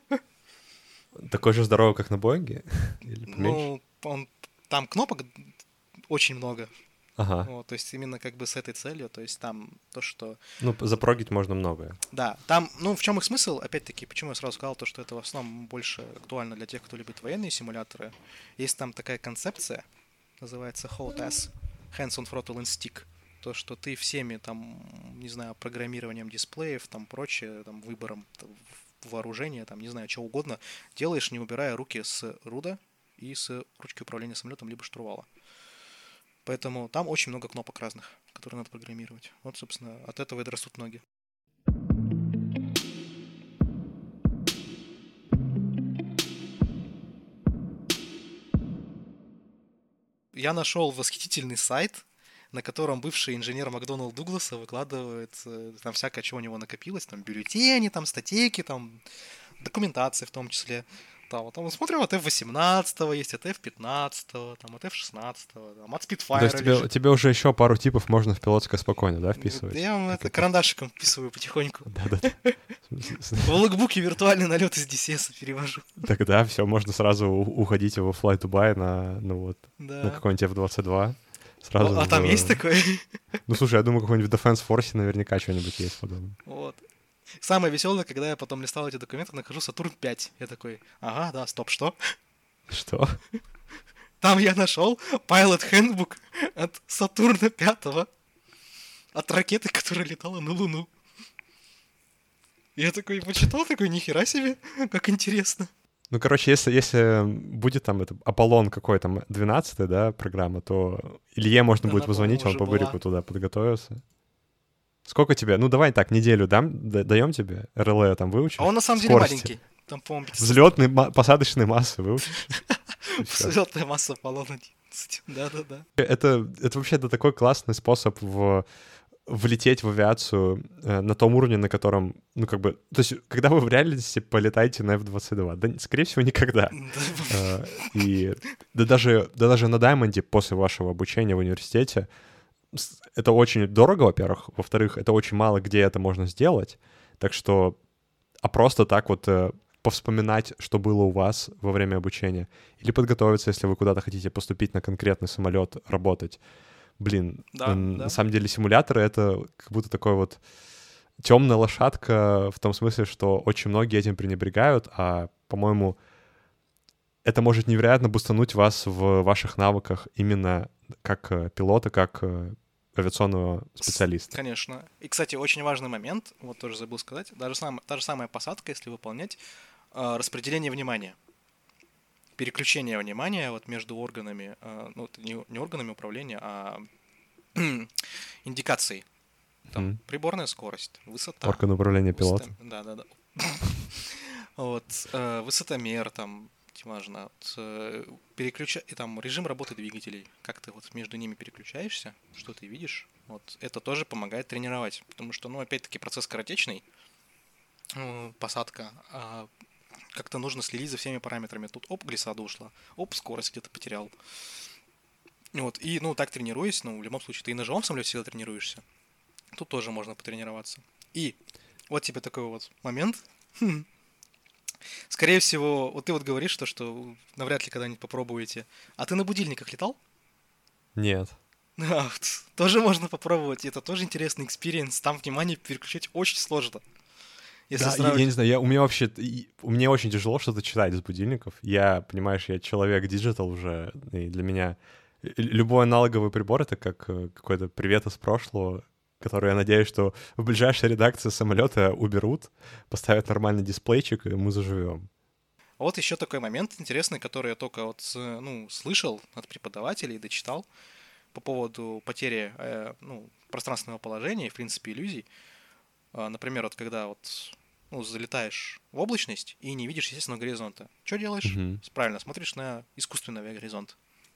Такой же здоровый, как на Боинге? Или поменьше? Ну, он, там кнопок очень много. Ага. Вот, то есть именно как бы с этой целью, то есть там то, что... Ну, п- запрогить можно многое. Да, там, ну, в чем их смысл, опять-таки, почему я сразу сказал, то, что это в основном больше актуально для тех, кто любит военные симуляторы. Есть там такая концепция, называется H O T S, Hands on Throttle and Stick. То, что ты всеми там, не знаю, программированием дисплеев, там прочее, там выбором там, в- вооружения, там, не знаю, чего угодно, делаешь, не убирая руки с руда и с ручки управления самолетом, либо штурвала. Поэтому там очень много кнопок разных, которые надо программировать. Вот, собственно, от этого и растут ноги. Я нашел восхитительный сайт, на котором бывший инженер Макдоналд Дугласа выкладывает э, там всякое, чего у него накопилось, там бюллетени, там статейки, там документации в том числе. Там, вот, там смотрим, от эф восемнадцать есть, от эф пятнадцать, там, от эф шестнадцать, там, от То есть Spitfire тебе, лежит. тебе уже еще пару типов можно в пилотское спокойно, да, Вот вписывать? я вам Как это это? карандашиком вписываю потихоньку. Да-да-да. В логбуке виртуальный налет из ди си эс перевожу. Тогда все, можно сразу у- уходить во Fly to Buy на, ну вот, на Да. какой-нибудь эф двадцать два. Сразу О, а там в- есть такое? Ну, слушай, я думаю, какой-нибудь в Defense Force наверняка что-нибудь есть подобное. Вот. Самое веселое, когда я потом листал эти документы, нахожу Сатурн пять. Я такой, ага, да, стоп, что? Что? Там я нашел Pilot Handbook от Сатурна пятого. От ракеты, которая летала на Луну. Я такой почитал, такой, нихера себе, как интересно. Ну, короче, если, если будет там это Аполлон какой там двенадцатый, да, программа, то Илье можно Она, будет позвонить, по-моему, он по уже была. бырику туда подготовится. Сколько тебе? Ну, давай так, неделю дам, да- даем тебе, эр эл э там выучишь. А он на самом деле скорости. маленький. Там, по-моему, Взлетные, ма- посадочные массы выучишь. И всё. взлетная масса Аполлон одиннадцать. Да-да-да. Это, это вообще это такой классный способ в, влететь в авиацию э, на том уровне, на котором, ну, как бы... То есть, когда вы в реальности полетаете на эф двадцать два? Да, скорее всего, никогда. Э, И да даже, да даже на Даймонде после вашего обучения в университете с- это очень дорого, во-первых. Во-вторых, это очень мало где это можно сделать. Так что... А просто так вот э, повспоминать, что было у вас во время обучения. Или подготовиться, если вы куда-то хотите поступить на конкретный самолет, работать. Блин, Да, э, да. на самом деле симуляторы — это как будто такой вот темная лошадка в том смысле, что очень многие этим пренебрегают, а, по-моему, это может невероятно бустануть вас в ваших навыках именно как э, пилота, как э, авиационного специалиста. Конечно. И, кстати, очень важный момент, вот тоже забыл сказать, даже сам, та же самая посадка, если выполнять, э, распределение внимания. Переключение внимания вот между органами, э, ну, это не, не органами управления, а индикаций. Там Мгм. приборная скорость, высота. Орган управления пилота. высота- Да, да, да. Вот, э, высотомер, там, важно, вот, э, переключа... и там режим работы двигателей. Как ты вот между ними переключаешься, что ты видишь, вот, это тоже помогает тренировать. Потому что, ну, опять-таки, процесс скоротечный, э, посадка, а как-то нужно следить за всеми параметрами. Тут, оп, глиссада ушла, оп, скорость где-то потерял. Вот, и, ну, так тренируясь, ну, в любом случае, ты и на живом самолете всегда тренируешься. Тут тоже можно потренироваться. И вот тебе такой вот момент. Хм. Скорее всего, вот ты вот говоришь, то, что навряд ли когда-нибудь попробуете. А ты на будильниках летал? Нет. А, вот, тоже можно попробовать. Это тоже интересный экспириенс. Там внимание переключать очень сложно. Если Да, я, я сравнивать... не знаю, я, у меня вообще, и- мне очень тяжело что-то читать из будильников. Я, понимаешь, я человек диджитал уже, и для меня л- любой аналоговый прибор — это как э, какой-то привет из прошлого, который, я надеюсь, что в ближайшей редакции самолета уберут, поставят нормальный дисплейчик, и мы заживем. А вот еще такой момент интересный, который я только вот, э, ну, слышал от преподавателей, дочитал по поводу потери, э, ну, пространственного положения и, в принципе, иллюзий. А, Например, вот когда вот, ну, залетаешь в облачность и не видишь естественного горизонта. Что делаешь? Мгм. Правильно, смотришь на искусственный авиагоризонт.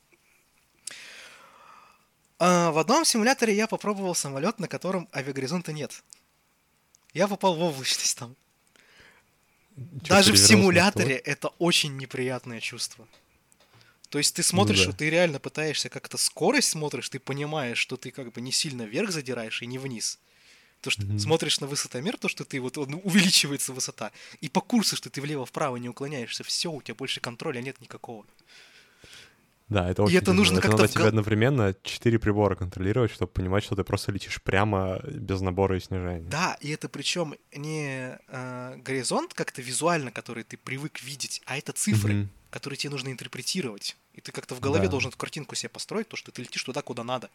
А в одном симуляторе я попробовал самолет, на котором авиагоризонта нет. Я попал в облачность там. Чё, Даже в перевернулся на второй? симуляторе это очень неприятное чувство. То есть ты Ну смотришь, да. вот ты реально пытаешься как-то скорость смотришь, ты понимаешь, что ты как бы не сильно вверх задираешь и не вниз. То, что Мгм. смотришь на высотомер, то, что ты вот он, увеличивается высота, и по курсу, что ты влево-вправо не уклоняешься, все, у тебя больше контроля нет никакого. Да, это И очень это тяжело. нужно Это как-то надо в тебе гол... одновременно четыре прибора контролировать, чтобы понимать, что ты просто летишь прямо без набора и снижения. Да, и это причем не э, горизонт как-то визуально, который ты привык видеть, а это цифры, Мгм. которые тебе нужно интерпретировать. И ты как-то в голове Да. должен эту картинку себе построить, то, что ты летишь туда, куда надо.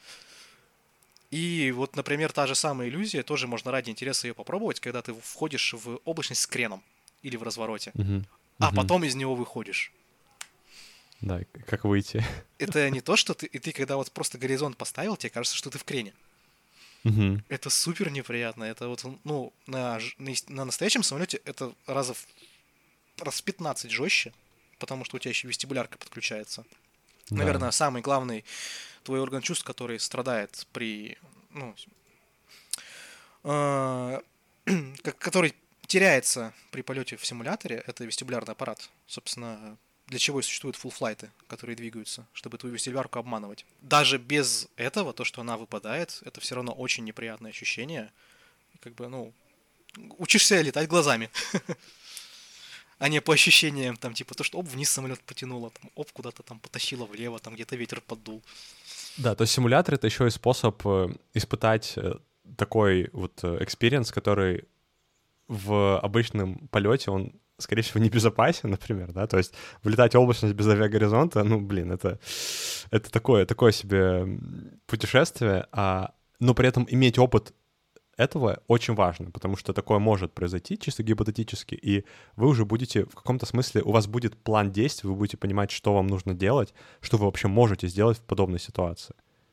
И вот, например, та же самая иллюзия, тоже можно ради интереса ее попробовать, когда ты входишь в облачность с креном или в развороте, Мгм. а Мгм. потом из него выходишь. Да, и к- как выйти? Это не то, что ты, и ты когда вот просто горизонт поставил, тебе кажется, что ты в крене. Мгм. Это супер неприятно. Это вот, ну, на, ж- на, ис- на настоящем самолете это раза в, раз в пятнадцать жестче, потому что у тебя еще вестибулярка подключается. Да. Наверное, самый главный твой орган чувств, который страдает при, ну, э, ко- который теряется при полете в симуляторе, это вестибулярный аппарат. Собственно, для чего и существуют фулл-флайты, которые двигаются, чтобы твою вестибулярку обманывать. Даже без этого, то, что она выпадает, это все равно очень неприятное ощущение. И как бы, ну, учишься летать глазами, а не по ощущениям, там, типа, то, что оп, вниз самолет потянуло, там, оп, куда-то там потащило влево, там где-то ветер поддул. Да, то есть симулятор — это еще и способ э, испытать э, такой вот экспириенс, который в обычном полете, он, скорее всего, небезопасен, например, да, то есть вылетать в облачность без авиагоризонта, ну, блин, это, это такое, такое себе м, путешествие, а, но при этом иметь опыт этого очень важно, потому что такое может произойти чисто гипотетически, и вы уже будете в каком-то смысле, у вас будет план действий, вы будете понимать, что вам нужно делать, что вы вообще можете сделать в подобной ситуации.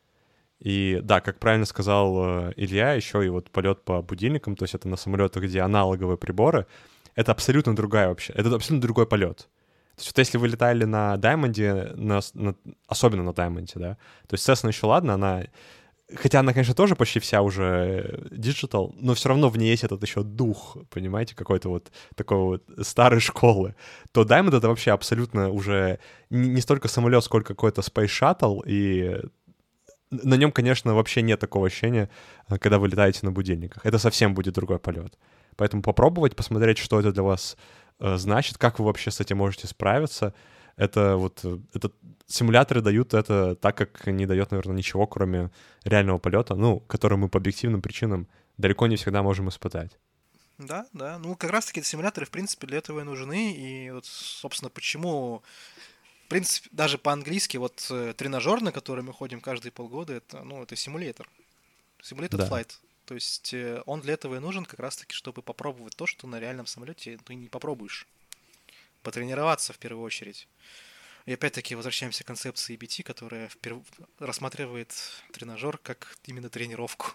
И да, как правильно сказал э, Илья, еще и вот полет по будильникам, то есть это на самолетах, где аналоговые приборы, это абсолютно другая вообще, это абсолютно другой полет. То есть вот если вы летали на Даймонде, на, на, особенно на Даймонде, да, то есть Cessna еще ладно, она, хотя она, конечно, тоже почти вся уже диджитал, но все равно в ней есть этот еще дух, понимаете, какой-то вот такой вот старой школы, то Diamond — это вообще абсолютно уже не, не столько самолет, сколько какой-то Space Shuttle, и на нем, конечно, вообще нет такого ощущения, э, когда вы летаете на будильниках. Это совсем будет другой полет. Поэтому попробовать, посмотреть, что это для вас э, значит, как вы вообще с этим можете справиться. Это вот э, это, симуляторы дают это так, как не дает, наверное, ничего, кроме реального полета, ну, который мы по объективным причинам далеко не всегда можем испытать. Да, да. Ну, как раз-таки эти симуляторы, в принципе, для этого и нужны. И вот, собственно, почему в принципе, даже по-английски вот э, тренажер, на который мы ходим каждые полгода, это, ну, это симулятор. Simulated Да. flight. То есть э, он для этого и нужен как раз-таки, чтобы попробовать то, что на реальном самолете ты не попробуешь. Потренироваться в первую очередь. И опять-таки возвращаемся к концепции и би ти, которая вперв... рассматривает тренажер как именно тренировку.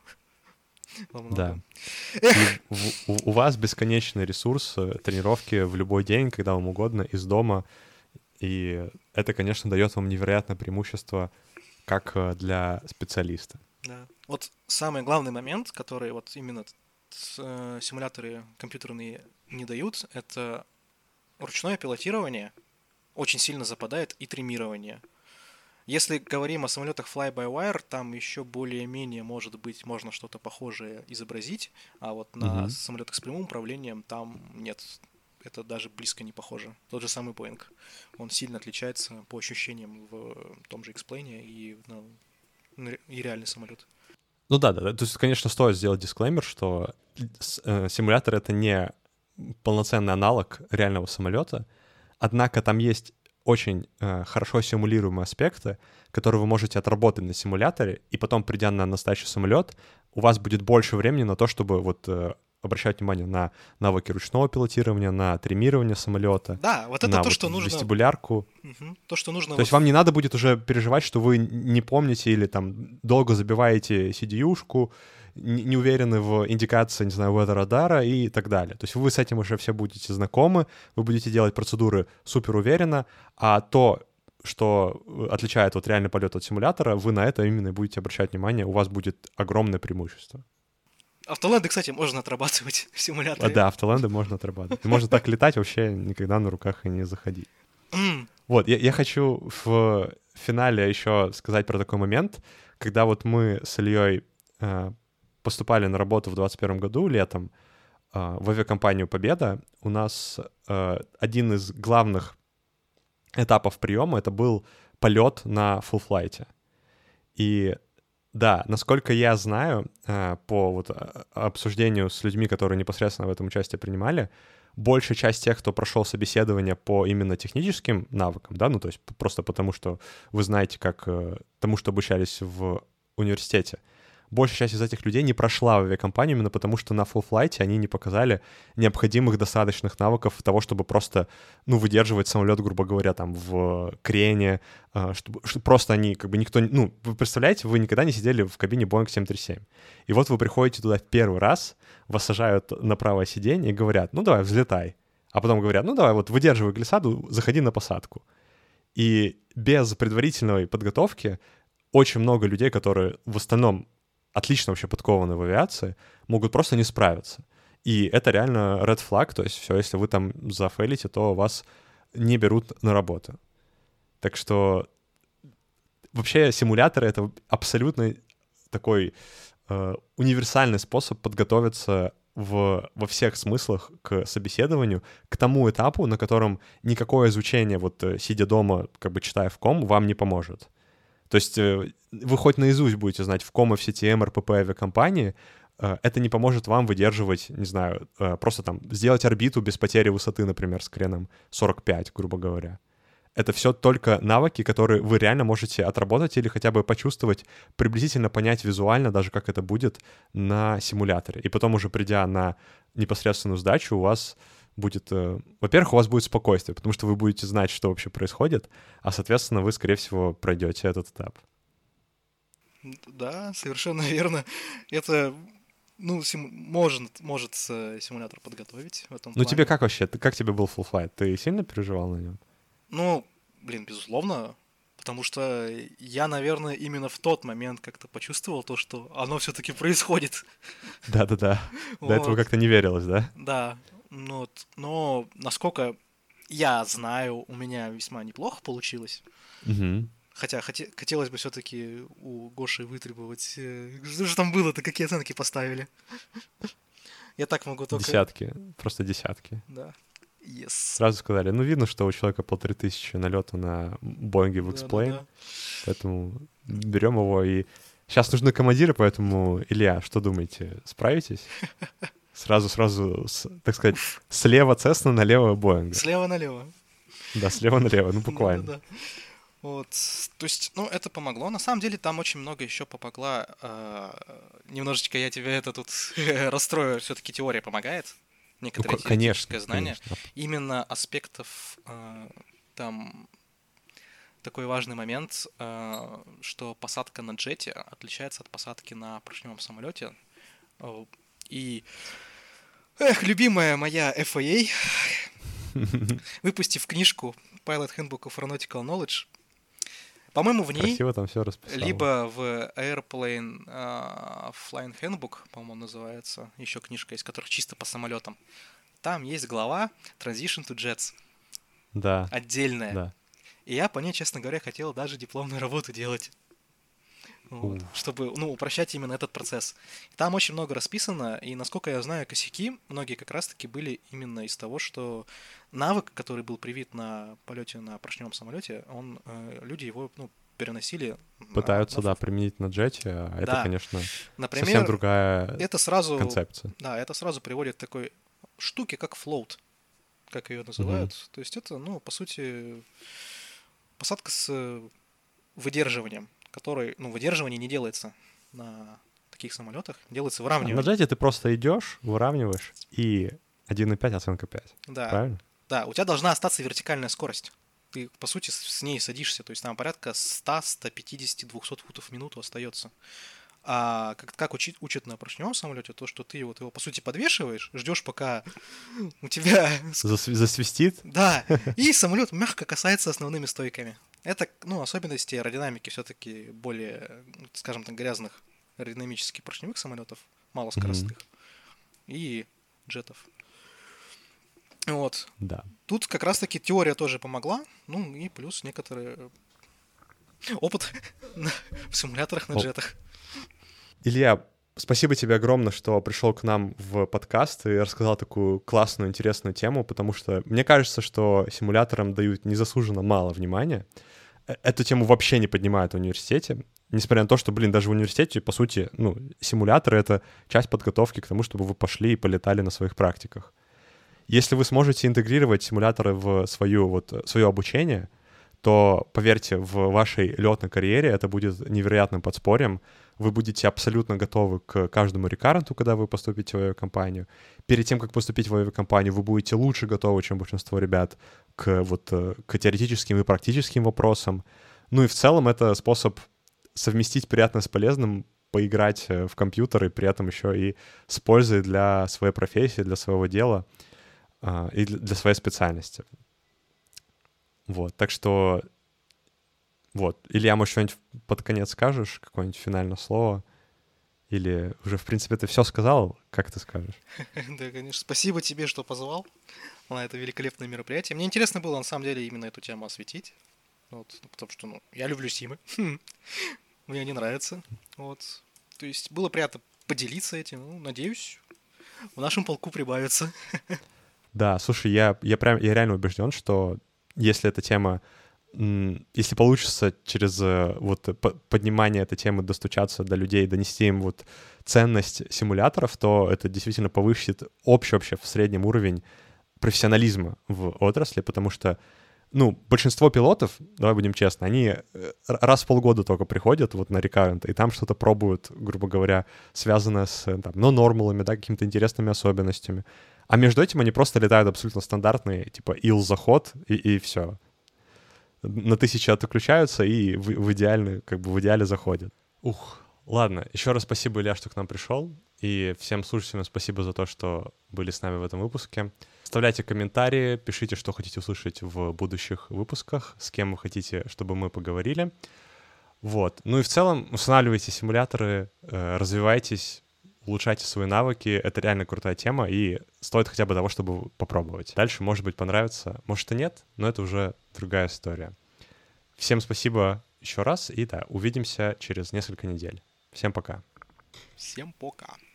Во многом. Да. И у, у вас бесконечный ресурс тренировки в любой день, когда вам угодно, из дома. И это, конечно, дает вам невероятное преимущество как для специалиста. Да. Вот самый главный момент, который вот именно симуляторы компьютерные не дают, это ручное пилотирование очень сильно западает и тримирование. Если говорим о самолетах fly-by-wire, там еще более-менее, может быть, можно что-то похожее изобразить, а вот на Угу. самолетах с прямым управлением там нет. Это даже близко не похоже. Тот же самый Boeing. Он сильно отличается по ощущениям в том же X-Plane и, ну, и реальный самолет. Ну да, да, да. То есть, конечно, стоит сделать дисклеймер, что э, симулятор — это не полноценный аналог реального самолета, однако там есть очень э, хорошо симулируемые аспекты, которые вы можете отработать на симуляторе, и потом, придя на настоящий самолет, у вас будет больше времени на то, чтобы вот э, обращать внимание на навыки ручного пилотирования, на тримирование самолета, да, вот это на то, вот что нужно... вестибулярку. Угу. То, что нужно... То вот... есть вам не надо будет уже переживать, что вы не помните или там долго забиваете си ди ю-шку, не уверены в индикации, не знаю, weather-радара и так далее. То есть вы с этим уже все будете знакомы, вы будете делать процедуры супер уверенно, а то, что отличает вот реальный полет от симулятора, вы на это именно и будете обращать внимание, у вас будет огромное преимущество. Автоленды, кстати, можно отрабатывать в симуляторе. А, да, автоленды можно отрабатывать. И можно так летать, вообще никогда на руках и не заходить. Вот, я, я хочу в финале еще сказать про такой момент, когда вот мы с Ильей э, поступали на работу в двадцать первом году летом э, в авиакомпанию «Победа», у нас э, один из главных этапов приема — это был полет на фулл-флайте. И да, насколько я знаю, э, по вот обсуждению с людьми, которые непосредственно в этом участие принимали, большая часть тех, кто прошел собеседование по именно техническим навыкам, да, ну то есть просто потому, что вы знаете, как э, тому, что обучались в университете, большая часть из этих людей не прошла в авиакомпанию именно потому, что на фулл-флайте они не показали необходимых достаточных навыков того, чтобы просто, ну, выдерживать самолет, грубо говоря, там, в крене, чтобы, чтобы просто они, как бы, никто... Ну, вы представляете, вы никогда не сидели в кабине Boeing семь три семь. И вот вы приходите туда в первый раз, вас сажают на правое сиденье и говорят: ну, давай, взлетай. А потом говорят: ну, давай, вот, выдерживай глиссаду, заходи на посадку. И без предварительной подготовки очень много людей, которые в остальном отлично вообще подкованы в авиации, могут просто не справиться. И это реально red flag, то есть все, если вы там зафейлите, то вас не берут на работу. Так что вообще симуляторы — это абсолютно такой э, универсальный способ подготовиться в, во всех смыслах к собеседованию, к тому этапу, на котором никакое изучение, вот сидя дома, как бы читая в ком, вам не поможет. То есть вы хоть наизусть будете знать в ком, эф си ти эм, эр пэ пэ авиакомпании, это не поможет вам выдерживать, не знаю, просто там сделать орбиту без потери высоты, например, с креном сорок пять, грубо говоря. Это все только навыки, которые вы реально можете отработать или хотя бы почувствовать, приблизительно понять визуально даже, как это будет на симуляторе. И потом уже придя на непосредственную сдачу, у вас будет... Во-первых, у вас будет спокойствие, потому что вы будете знать, что вообще происходит, а, соответственно, вы, скорее всего, пройдете этот этап. Да, совершенно верно. Это, ну, сим... может, может симулятор подготовить в этом Ну, плане. тебе как вообще? Ты, как тебе был Full Flight? Ты сильно переживал на нем? Ну, блин, безусловно, потому что я, наверное, именно в тот момент как-то почувствовал то, что оно все-таки происходит. Да-да-да. Вот. До этого как-то не верилось, да? Да. Ну, вот. Но насколько я знаю, у меня весьма неплохо получилось. Угу. Хотя хоте- хотелось бы все-таки у Гоши вытребовать. э, Что же там было-то, какие оценки поставили? Я так могу только... Десятки, просто десятки. Да. Yes. Сразу сказали, ну, видно, что у человека полторы тысячи налета на Боинге в X-Plane, Да-да-да. поэтому берем его. И сейчас нужны командиры, поэтому, Илья, что думаете, справитесь? Сразу-сразу, так сказать, слева Цесна, налево Боинга. Слева налево. Да, слева налево, ну, буквально. Да-да-да. Вот, то есть, ну, это помогло. На самом деле, там очень много еще помогла. Э, немножечко я тебя это тут расстрою. Все-таки теория помогает. Некоторое Ну, конечно, теоретическое знание. конечно. Именно аспектов э, там такой важный момент, э, что посадка на джете отличается от посадки на поршневом самолете. Э, И, эх, любимая моя эф эй эй, выпустив книжку Pilot Handbook of Aeronautical Knowledge, по-моему, в ней, Красиво там все расписано. либо в Airplane uh, Flying Handbook, по-моему, называется, еще книжка есть, которая чисто по самолетам, там есть глава Transition to Jets. Да. Отдельная. Да. И я по ней, честно говоря, хотел даже дипломную работу делать. Вот, У. чтобы, ну, упрощать именно этот процесс. Там очень много расписано, и, насколько я знаю, косяки многие как раз-таки были именно из того, что навык, который был привит на полете на поршневом самолете, он, э, люди его, ну, переносили. Пытаются, на, да, применить на джете, а Да. это, конечно, Например, совсем другая это сразу, концепция. да, это сразу приводит к такой штуке, как float, как ее называют. Мгм. То есть это, ну, по сути, посадка с выдерживанием, который, ну, выдерживание не делается на таких самолетах, делается А на выравнивание. джете ты просто идешь, выравниваешь, и один и пять оценка пять. Да, Правильно? да, у тебя должна остаться вертикальная скорость. Ты, по сути, с- с ней садишься, то есть там порядка сто, сто пятьдесят, двести футов в минуту остается. А как, как учит, учат на поршневом самолете, то, что ты вот его, по сути, подвешиваешь, ждешь, пока у тебя... ск- Засв- Засвистит? Да, и самолет мягко касается основными стойками. Это, ну, особенности аэродинамики все-таки более, скажем так, грязных аэродинамически поршневых самолетов, малоскоростных, и джетов. Вот. Да. Тут как раз-таки теория тоже помогла, ну и плюс некоторый опыт на- в симуляторах на Оп. джетах. Илья, спасибо тебе огромное, что пришел к нам в подкаст и рассказал такую классную, интересную тему, потому что мне кажется, что симуляторам дают незаслуженно мало внимания. Э- Эту тему вообще не поднимают в университете, несмотря на то, что, блин, даже в университете, по сути, ну, симуляторы — это часть подготовки к тому, чтобы вы пошли и полетали на своих практиках. Если вы сможете интегрировать симуляторы в свою, вот, свое обучение, то, поверьте, в вашей летной карьере это будет невероятным подспорьем. Вы будете абсолютно готовы к каждому рекарренту, когда вы поступите в авиакомпанию. Перед тем, как поступить в авиакомпанию, вы будете лучше готовы, чем большинство ребят, к, вот, э, к теоретическим и практическим вопросам. Ну и в целом это способ совместить приятное с полезным, поиграть э, в компьютер и при этом еще и с пользой для своей профессии, для своего дела а, и для для своей специальности. Вот, так что, вот, Илья, может, что-нибудь под конец скажешь, какое-нибудь финальное слово? Или уже, в принципе, ты все сказал? Как ты скажешь? Да, конечно. Спасибо тебе, что позвал на это великолепное мероприятие. Мне интересно было, на самом деле, именно эту тему осветить. Вот, ну, потому что, ну, я люблю симы. Мне они нравятся. Вот. То есть было приятно поделиться этим. Ну, надеюсь, в нашем полку прибавится. Да, слушай, я, я прям, я реально убежден, что если эта тема, м, если получится через э, вот э, по- поднимание этой темы достучаться до людей, донести им вот ценность симуляторов, то это действительно повысит общий вообще в среднем уровень профессионализма в отрасли, потому что, ну, большинство пилотов, давай будем честны, они э, р- раз в полгода только приходят вот на рекаррент, и там что-то пробуют, грубо говоря, связанное с, э, там, ну, нормалами, да, какими-то интересными особенностями. А между этим они просто летают абсолютно стандартный, типа, ил-заход, и, и все. На тысячи отключаются и в, в идеальный, как бы в идеале заходят. Ух, ладно, еще раз спасибо, Илья, что к нам пришел. И всем слушателям спасибо за то, что были с нами в этом выпуске. Оставляйте комментарии, пишите, что хотите услышать в будущих выпусках, с кем вы хотите, чтобы мы поговорили. Вот. Ну и в целом устанавливайте симуляторы, э, развивайтесь, улучшайте свои навыки. Это реально крутая тема, и стоит хотя бы того, чтобы попробовать. Дальше, может быть, понравится, может и нет, но это уже другая история. Всем спасибо еще раз, и да, увидимся через несколько недель. Всем пока. Всем пока.